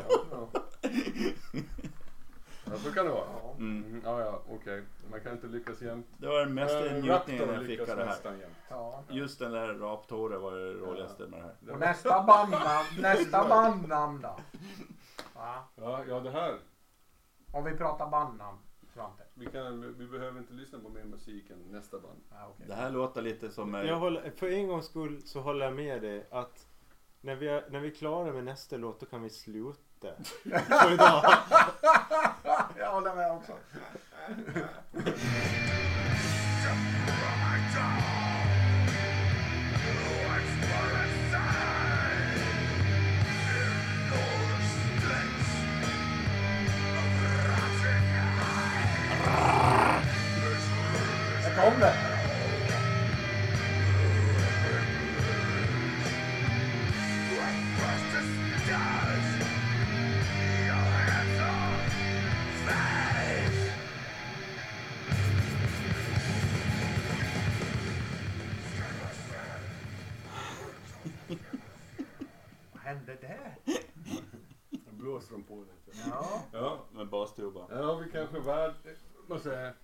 Ja, så kan det vara. Ja. Mm. Mm, ja, ja, okej. Man kan inte lyckas jämt. Det var den mesta Eh, njutningen Raptor jag fick lyckas av det här. nästan jämt. Ja. Just den där Raptore var det roligaste med det här. Och nästa bandnamn, nästa bandnamn då? Va? Ja, ja, det här. Om vi pratar bandnamn, Svante. Vi, kan, vi behöver inte lyssna på mer musik än nästa band. Ja, okej. Det här låter lite som... eh, jag håller, för en gångs skull så håller jag med dig att när vi, är, när vi är klara med nästa låt då kan vi sluta. För idag. Jag håller med också. Där kom det. Vad hände där? Nu blåser de på lite. Ja. Ja, Med bastuba. ja vi kanske värd... Vad säger jag?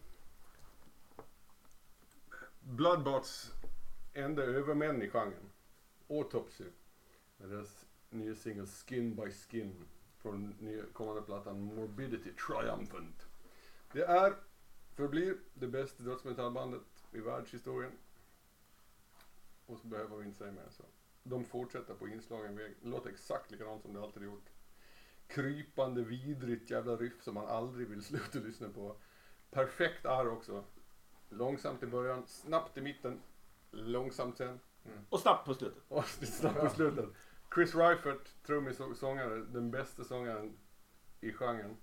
Bloodbaths enda övermän i genren. Autopsy. Med deras nya singel Skin by Skin. Från nya kommande plattan Morbidity Triumphant. Det är, förblir, det bästa dödsmetallbandet i världshistorien. Och så behöver vi inte säga mer så. De fortsätter på inslagen väg. Det låter exakt likadant som det alltid gjort. Krypande, vidrigt jävla riff som man aldrig vill sluta lyssna på. Perfekt arr också. Långsamt i början, snabbt i mitten, långsamt sen. Och snabbt på slutet. Och snabbt på slutet. Chris Reifert, trummis och sångare, den bästa sångaren i genren.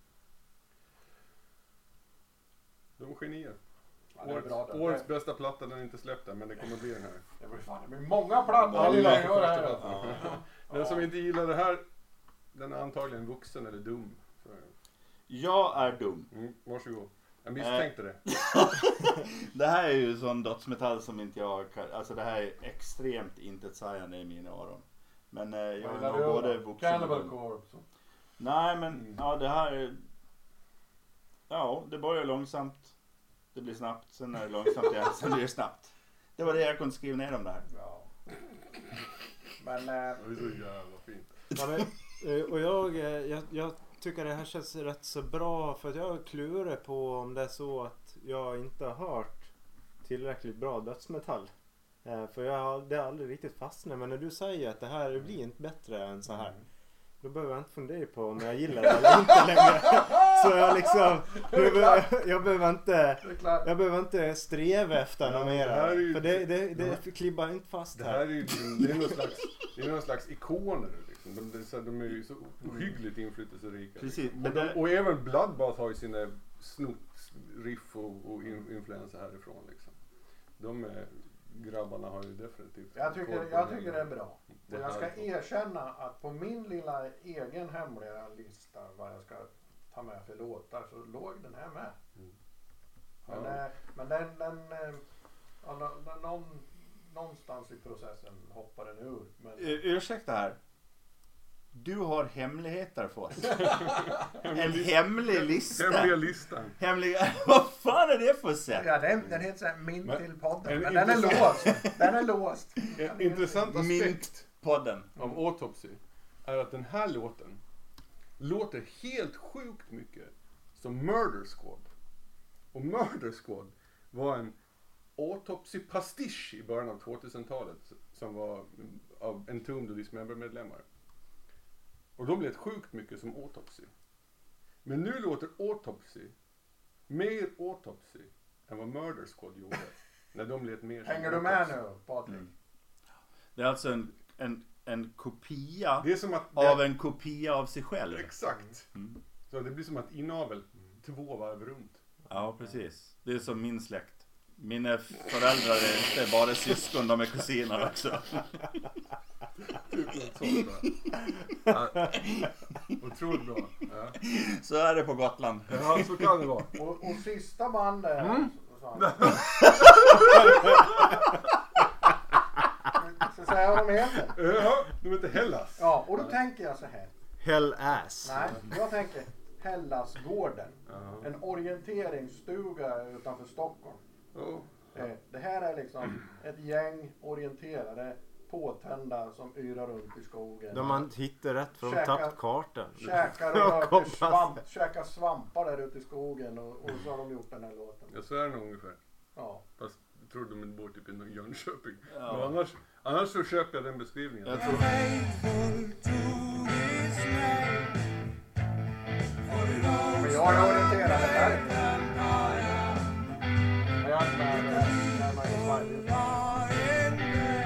De är genier. Ja, det är Årets, bra det. årets bästa platta, den är inte släppt än, men det kommer bli den här. Det blir fan, det blir många plattor. Alla lilla på gör det första här. plattan. Den som inte gillar det här, den är antagligen vuxen eller dum. Så är det. Jag är dum. Mm, varsågod. Jag misstänkte det. Det här är ju sån dödsmetall som inte jag kan, alltså det här är extremt intetsägande i mina öron. Men eh, jag Vad är gillar nog du både då? vuxen och Cannibal dum. Corpse. Nej men Mm. ja det här är, ja det börjar långsamt, det blir snabbt, sen är det långsamt igen, sen blir det snabbt. Det var det jag kunde skriva ner om det här. Ja. Men eh, Det är så jävla fint. Ja, men, eh, och jag, eh, jag, jag tycker det här känns rätt så bra för att jag klurar på om det är så att jag inte har hört tillräckligt bra dödsmetall. Eh, För jag har det har aldrig riktigt fastnat. Men när du säger att det här blir inte bättre än så här, då behöver jag inte fundera på om jag gillar det eller inte längre. Så jag liksom, jag behöver, jag behöver inte det är klart. jag behöver inte sträva efter något mer. det här är ju- För det, det, det klibbar inte fast Det här är ju liksom, det är någon slags, det är någon slags ikoner liksom. De, de, är så- de är ju så ohyggligt inflytelserika. Precis, Och, men de, det, och även Bloodbath har ju sina snott, riff och, och in, influenser härifrån liksom. De är, grabbarna har ju definitivt Jag koll tycker, på jag det. tycker det är bra. Det Och jag ska här- erkänna att på min lilla egen hemliga lista vad jag ska ta med för låtar så låg den här med. Mm. Men, Ja. eh, men den, den, eh, ja, nå- nå- någon, någonstans i processen hoppar den ur. Men, Ur- ursäkta här. Du har hemligheter för oss. En hemlig lista. Hemliga listan. Hemlig, vad fan är det för sätt? ja, den, den heter såhär Min Men- till podden. en Men den är intressant- låst. Den är låst. En intressant aspekt Mint-podden. av Autopsy är att den här låten låter helt sjukt mycket som Murder Squad. Och Murder Squad var en Autopsy-pastisch i början av tvåtusentalet som var av Entombed och Dismember-medlemmar. Och de lät sjukt mycket som Autopsy. Men nu låter Autopsy mer Autopsy än vad Murder Squad gjorde. När de lät mer som Hänger du med Autopsy. nu Patrik? Mm. Det är alltså en, en, en kopia Det är som att... det- av en kopia av sig själv. Exakt. Mm. Så det blir som att inavel två varv runt. Ja, precis. Det är som min släkt. Mina föräldrar är inte bara syskon, de är kusiner också. Typ något sånt va? Ja. Otroligt bra. Ja. Så är det på Gotland. Ja, så kan det vara. Och, och sista bandet. Mm. Så, så, så säger jag vad de heter. Ja, de heter Hellas. Ja, och då tänker jag så här. Hell ass. Nej, jag tänker Hellasgården. Ja. En orienteringsstuga utanför Stockholm. Oh. Eh, Det här är liksom ett gäng orienterare påtända som yrar runt i skogen. De man hittar rätt för de Käka- tappat kartan. Käkar och Jag röker hoppas svamp, det. käkar svampar där ute i skogen och, och så har de gjort den här låten. Ja, så är det nog ungefär. Ja. Fast jag tror de inte bor typ i Jönköping. Ja. Men annars, annars så köper jag den beskrivningen. Jag tror... Men jag är orienterad där. Men jag är inte med när man är i Sverige.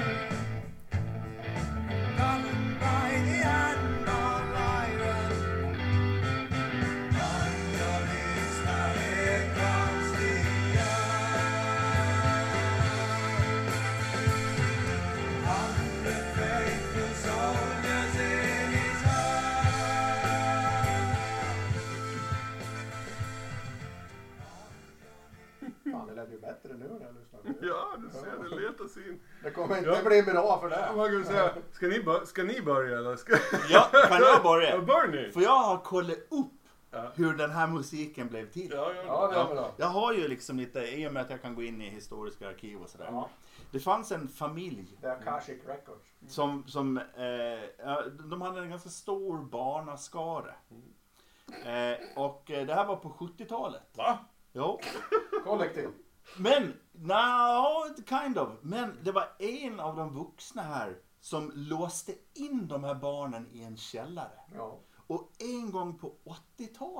Fan, det lät ju bättre nu när jag lyssnar på det. Ja, du ser, det letar sig in. Det kommer inte Ja. bli bra för det. Man kan säga, ska ni, bör- ska ni börja eller? Ska... Ja, kan jag Ja, börja? bör ni? För jag har kollat upp Ja. hur den här musiken blev till. Ja, ja, Ja, det är Ja, bra. jag har ju liksom lite, i och med att jag kan gå in i historiska arkiv och sådär. Ja, Det fanns en familj det är Akashic Records. som, som eh, ja, de hade en ganska stor barnaskara. Eh, och eh, det här var på sjuttiotalet. Va? Jo. Kollektiv. Men, no, kind of. Men det var en av de vuxna här som låste in de här barnen i en källare. Ja. Och en gång på åttiotalet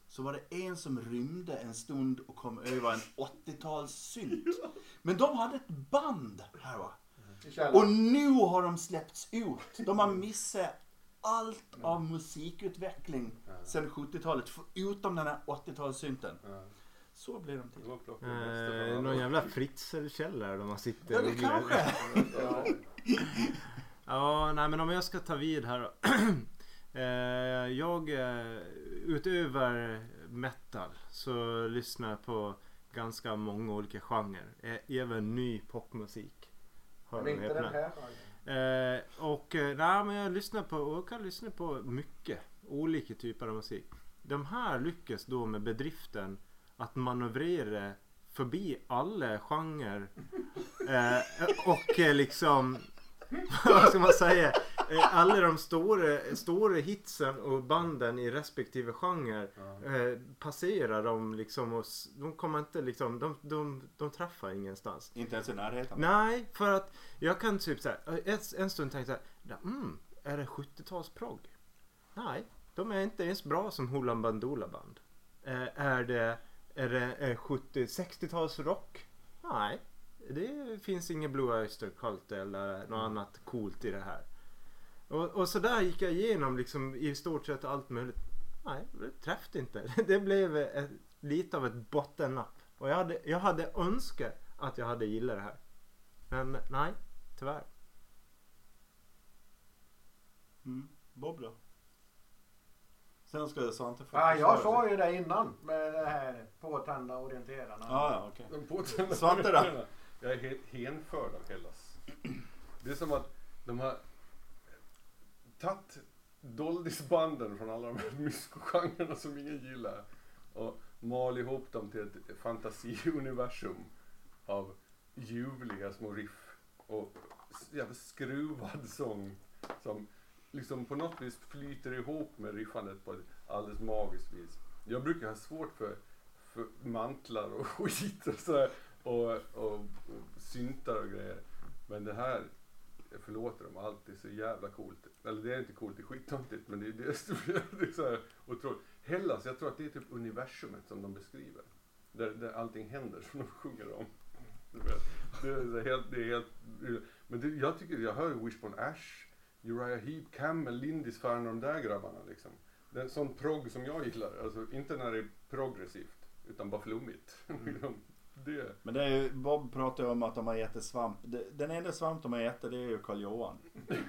så var det en som rymde en stund och kom över en åttio-talssynt. Men de hade ett band här va. I källaren. Och nu har de släppts ut. De har missat allt av musikutveckling sedan sjuttiotalet förutom den här åttio-talssynten. Ja. Så blir de till. Det var plockat det bästa från Eh, alla. någon jävla Fritzl-källare där man sitter Ja, det och kanske. Ja. Ja, nej men om jag ska ta vid här då. eh, jag eh, utöver metal så lyssnar jag på ganska många olika genrer. Eh, även ny popmusik. Hör Men och inte den häpna. här genren. Eh, och eh, nej, men jag lyssnar på och jag kan lyssna på mycket olika typer av musik. De här lyckas då med bedriften att manövrera förbi alla genrer eh, och eh, liksom vad ska man säga eh, alla de stora, stora hitsen och banden i respektive genre eh, passerar de liksom och s- de kommer inte liksom de, de, de träffar ingenstans. Inte ens i närheten. Nej, för att jag kan typ så här, en, en stund tänka så här, mm, är det sjuttio-talsprogg? Nej, de är inte ens bra som Hoolan Bandoola band. Eh, är det är det är sjuttio-sextio-talsrock? Nej, det finns ingen Blue Oyster Cult eller något annat coolt i det här. Och, och så där gick jag igenom liksom i stort sett allt möjligt. Nej, det träffade inte. Det blev ett, lite av ett bottennapp. Och jag hade, jag hade önskat att jag hade gillat det här. Men nej, tyvärr. Mm. Bob då? Sen ska jag Svante få Ja, jag försvara sa sig. ju det innan med det här påtända orienterarna. Ja, ja, okej. De påtända Svante då? Jag är helt hänförd av Hellas. Det är som att de har tagit doldisbanden från alla de här myskogenrerna som ingen gillar och mal ihop dem till ett fantasiuniversum av ljuvliga små riff och jävla skruvad sång som liksom på något vis flyter ihop med riffandet på ett alldeles magiskt vis. Jag brukar ha svårt för, för mantlar och skit och sådär och, och, och syntar och grejer. Men det här, jag förlåter dem allt, det är så jävla coolt. Eller det är inte coolt, det är skittöntigt, men det är, det är, det är så här otroligt. Hellas, jag tror att det är typ universumet som de beskriver. Där, där allting händer som de sjunger om. Du vet, det är helt, det är helt, men det, jag tycker, jag hör Wishbone Ash, Uriah Heep, Camel, Lindisfarne och de där grabbarna liksom. Det är en sån progg som jag gillar, alltså inte när det är progressivt, utan bara flummigt. Liksom, det. Men det är ju, Bob pratar ju om att de har ätit svamp. Det- Den enda svamp de har ätit, det är ju Karl Johan.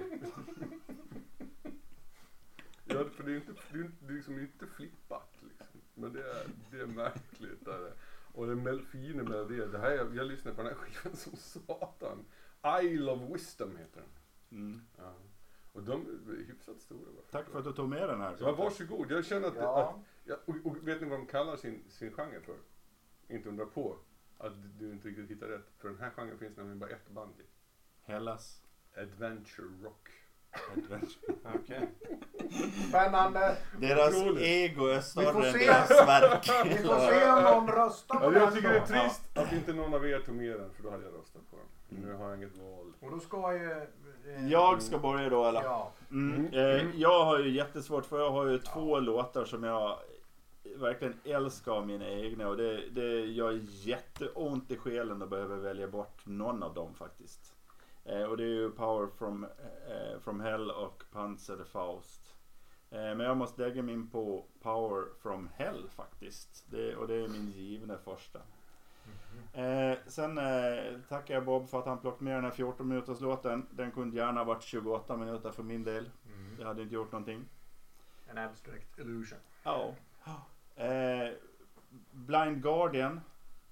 Ja, för det är inte, det är inte, det är liksom inte flippat liksom. Men det är, det är märkligt där. Och det är fina med det. Det här, jag, jag lyssnar på den här skivan som satan. Isle of Wisdom heter den. Mm. Ja. Och de är hyfsat stora. Tack för att du tog med den här. Ja, varsågod. Jag känner att, Ja. att ja, och, och vet ni vad de kallar sin, sin genre för? Inte undra på att du inte riktigt hittar rätt. För den här genren finns nämligen bara ett band i. Hellas. Adventure Rock. Okej. Spännande. Deras Otroligt. ego är Vi större får än se. deras verk. Vi får se om någon röstar på Ja, den jag tycker det är då. trist att inte någon av er tog med den, för då hade jag röstat på den. Nu har jag inget val. Och då ska ju... eh, Jag ska börja då eller? Ja. Mm. Eh, jag har ju jättesvårt för jag har ju två låtar som jag verkligen älskar av mina egna och det, det gör jätteont i själen att behöva välja bort någon av dem faktiskt. Eh, och det är ju Power from, eh, from Hell och Panzer the Faust. Eh, men jag måste lägga min på Power from Hell faktiskt. Det, och det är min givna första. Eh, sen eh, tackar jag Bob för att han plockade med den här fjorton minuters låten. Den kunde gärna varit tjugoåtta minuter för min del. Det hade inte gjort någonting. En abstract illusion. Ja. Eh, Blind Guardian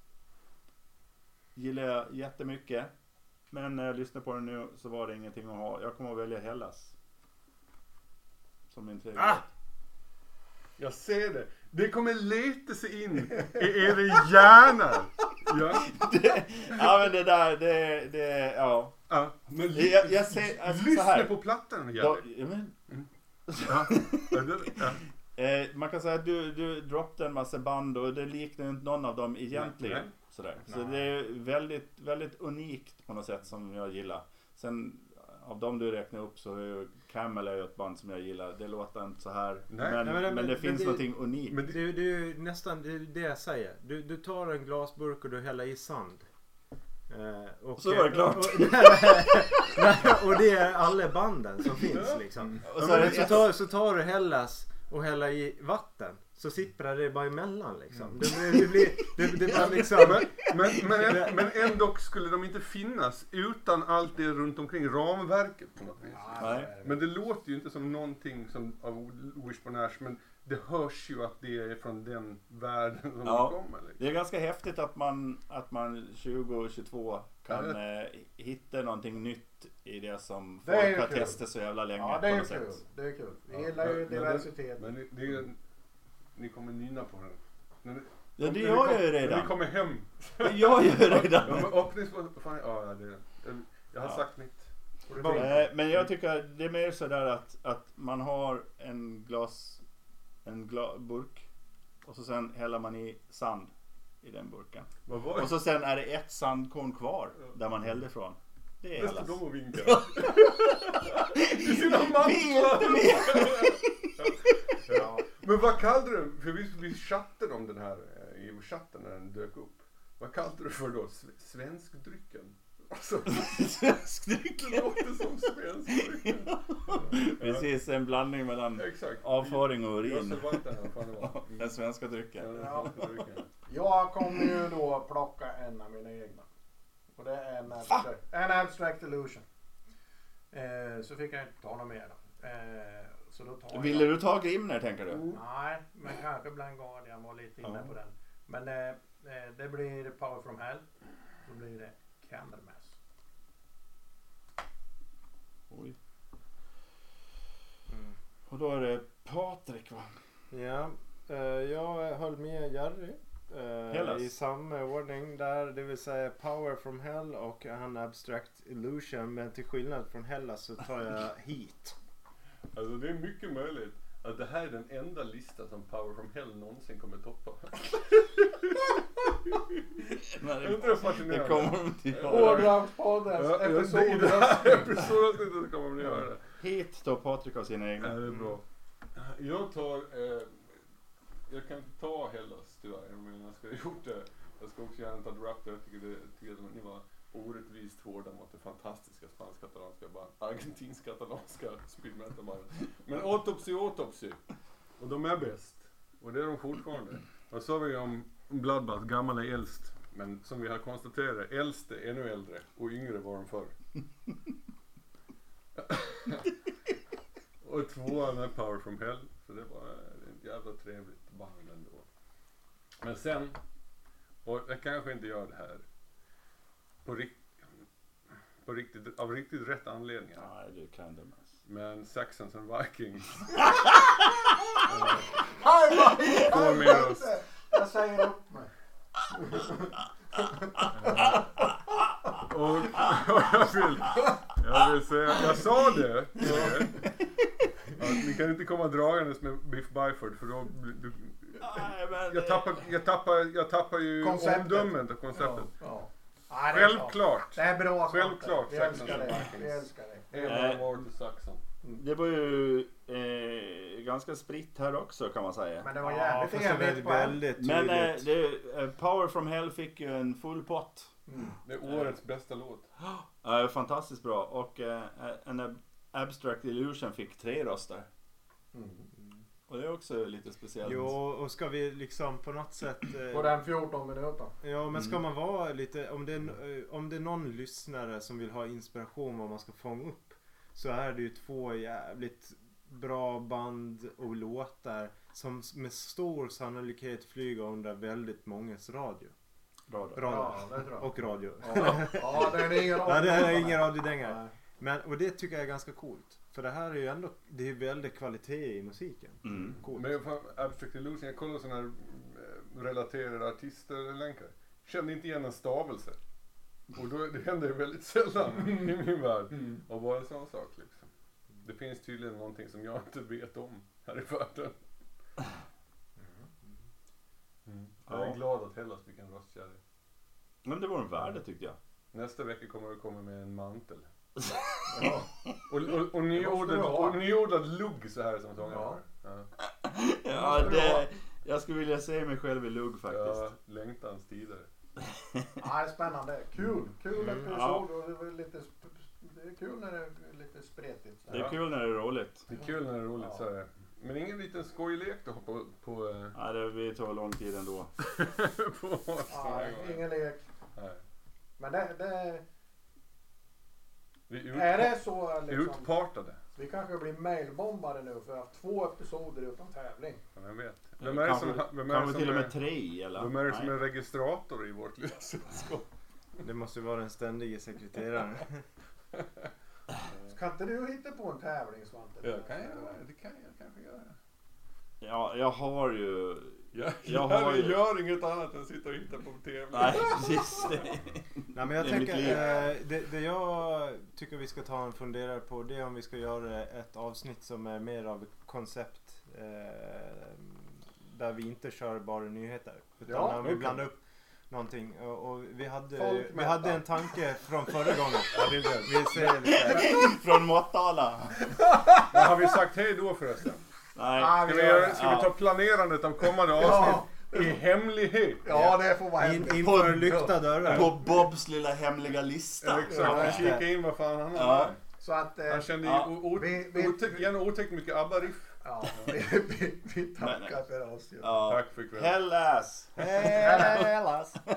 gillar jag jättemycket. Men när jag lyssnar på den nu så var det ingenting att ha. Jag kommer att välja Hellas. Som min tredje. Ah! Jag ser det. Det kommer leta sig in i era hjärnor. Ja. det, ja men det där, det, det, ja. Ja. Men Jag, jag ser, alltså, så lyssna här. på plattan. Då, Ja. ja, men, Ja. Ja, det- ja. eh, man kan säga att du, du droppade en massa band och det liknar inte någon av dem egentligen. Nej. Sådär. Så Nej. det är väldigt, väldigt unikt på något sätt som jag gillar. Sen av de du räknar upp så är ju Camel är ju ett band som jag gillar. Det låter inte så här. Nej. men, Nej, men- men, men- det men finns det- någonting unikt. Men det, Det, det är ju nästan det, är det jag säger. Du, du tar en glasburk och du häller i sand. Eh, och, Så var det klart. Och, och, nej, och det är alla banden som finns liksom. Och så är det Så ett- tar, så tar du Hellas och häller i vatten. Så sipprar det bara emellan liksom. Det, blir- det blir, det, det bara liksom. men, men, men, en- men ändå skulle de inte finnas utan allt det runt omkring ramverket på något vis. Nej. Men det låter ju inte som någonting som av Wishbone Ash, men det hörs ju att det är från den världen som Ja. de kommer. Liksom. Det är ganska häftigt att man, att man tjugo tjugotvå kan Ja, eh, hitta någonting nytt i det som Det är folk ju har kul. testat så jävla länge Ja, det på är något kul. sätt. Det är kul. Vi Ja, gillar ju men- men det- diversitet. Men det, det är, ni kommer nynna på den. När ni- Ja, det när gör ni jag kom- ju När redan. ni kommer hem. Det gör jag ju Ja, redan. men öppningsspår, fan, ja, det, jag har Ja. sagt mitt. Eh, Men jag tycker det är mer sådär att, att man har en glas, en gla, burk och så sen häller man i sand i den burken. Vad var Och så sen är det ett sandkorn kvar där man hällde ifrån. Det är Där står Hellas. de och vinkar. I sina mantlar. Ja. Men vad kallade du, för vi, vi chattade om den här eh, i chatten när den dök upp. Vad kallade du för då? Sve- Svenskdrycken? Alltså, det låter som svenskdrycken. Precis, en blandning mellan Exakt. avföring och Jag urin. ser vart den här, fan det var. Den svenska drycken. Ja, den Ja. svenska drycken. Jag kommer ju då plocka en av mina egna. Och det är en abstract, en abstract illusion. Eh, så fick jag inte ta något mer då. Eh, så då tar Ville jag... du ta Grimner tänker du? Nej, men kanske Blind Guardian var lite inne Ja. på den. Men eh, eh, det blir Power from Hell. Då blir det Candlemass. Oj. Mm. Och då är det Patrik va? Ja, eh, jag höll med Jerry. eh, Hellas. I samma ordning där, det vill säga Power from Hell och han Abstract Illusion. Men till skillnad från Hellas så tar jag Heat. Alltså det är mycket möjligt att det här är den enda lista som Power from Hell någonsin kommer toppa. Nej, Är inte det det fascinerande? kommer de inte göra. Hårdrockspoddens Ja, ja, det- episod. I det här episodavsnittet kommer ni göra det. Hit tar Patrik av sina Ja, egna. det är bra. Jag tar, eh, jag kan inte ta Hellas tyvärr, men jag ska ha gjort det. Jag ska också gärna ta The Raptor. Jag tycker, det, jag tycker att ni var orättvist hårda mot det fantastiska spansk-katalanska band, argentinsk-katalanska speed metal band. Men Autopsy Autopsy, och de är bäst. Och det är de fortfarande. Vad sa vi om Bloodbath, gammal är äldst. Men som vi har konstaterat, äldst är ännu äldre och yngre var de förr. Och tvåan är Power from Hell. Så det var ett jävla trevligt band ändå. Men sen, och jag kanske inte gör det här på, rikt, på riktigt, av riktigt rätt anledningar. Nej, det kan det mest. Men Saxons and Vikings Aj, vad i Får med helvete! oss. Jag säger upp mig. och, och jag vill, jag vill säga, jag sa det. Att ni kan inte komma dragandes med Biff Byford för då blir du, Nej, men, jag tappar, jag tappar, jag tappar ju Konceptet. omdömet och konceptet. Ja. Nej, det är klart. Självklart. Det är bra. Självklart, Vi älskar Saxons det. and Vikings. Vi älskar det. Every war to Saxon. det var ju eh, ganska spritt här också kan man säga. Men det var Ja, jävligt fast det är enigt på en. väldigt Men eh, tydligt. det, eh, Power from Hell fick ju en full pott. Mm. Det är årets bästa låt. Eh, fantastiskt bra. Och eh, en ab- Abstract Illusion fick tre röster. Mm. Och det är också lite speciellt. Jo, och ska vi liksom på något sätt... eh, På den fjorton minuter. Ja, men ska Mm. man vara lite... Om det, är, n- eh, om det är någon lyssnare som vill ha inspiration vad man ska fånga upp, så är det ju två jävligt bra band och låtar som med stor sannolikhet flyger under väldigt mångas radio. Radio. radio. Ja, det tror jag. Och radio. Ja, ja det är ingen Ja, det är ingen radiodänga. Nej. Men, och det tycker jag är ganska coolt. För det här är ju ändå, det är väldigt kvalitet i musiken. Mm. Coolt. Men fan, Abstract Illusion, jag kollade sådana här eh, relaterade artister-länkar. Kände inte igen en stavelse. Och då, det händer ju väldigt sällan i min värld. Och bara en sån sak liksom. Det finns tydligen någonting som jag inte vet om här i världen. Mm. Jag är Ja. glad att Hellas fick en röstkärlek. Men det var en värde tyckte jag. Nästa vecka kommer vi komma med en mantel. Ja. Och, och, och, nyodlad, ha. och nyodlad lugg så här som sången Ja. har. Ja. Ja, det, jag skulle vilja se mig själv i lugg faktiskt. Ja, längtans tider. Ja, det är spännande. Kul. Kul Mm. episod. Och det, var lite, sp- det är kul när det är lite spretigt. så här. Det är kul när det är roligt. Det är kul när det är roligt Ja. så är det. Men ingen liten skojlek då på, på, eh, Ja, det vi tar lång tid ändå. på oss den Ja, här gången. ingen lek. Nej. Men det, det, Vi är, är ut, det så liksom, utpartade. vi kanske blir mailbombade nu för vi har haft två episoder utan tävling. Ja, vem vet. Vem är det som, Kanske, vem är det kanske som, till och med är, tre eller? vem är, det som Nej. är registrator i vårt lilla sällskap? Det måste ju vara den ständige sekreteraren. Kan inte du hitta på en tävling, Svante? Ja, kan jag göra. Det kan jag kanske göra. Ja, jag har ju... Jag, Jag jag har ju- gör inget annat än att sitta och hitta på tävling. Nej, precis. Nej, men jag Det är mitt tänker, liv. eh, det, det jag tycker vi ska ta en funderare på, det är om vi ska göra ett avsnitt som är mer av ett koncept. Eh, där vi inte kör bara nyheter. Utan Ja, när vi okej. blandar upp någonting. Och, och vi, hade, Folk vi mäta. hade en tanke från förra gången. Ja, det är det. Vi säger lite. Från Motala. Men har vi sagt hej då förresten? Nej. Ah, Ska vi vi, gör göra, det. ska vi ta planerandet av kommande Ja. avsnitt i hemlighet? Ja, det får vara In, hemligt. inför lyckta dörrar. På Bobs lilla hemliga lista. Exakt, Ja. kika in vad fan han har. Ja. Så att... Eh, Han kände ju Ja. o- o- Vi- vi- otäck- gärna otäckt mycket ABBA-riff. ja, vi, vi, vi tackar Men- för oss. Ja. Tack för ikväll. Hellas. Hej, Hellas.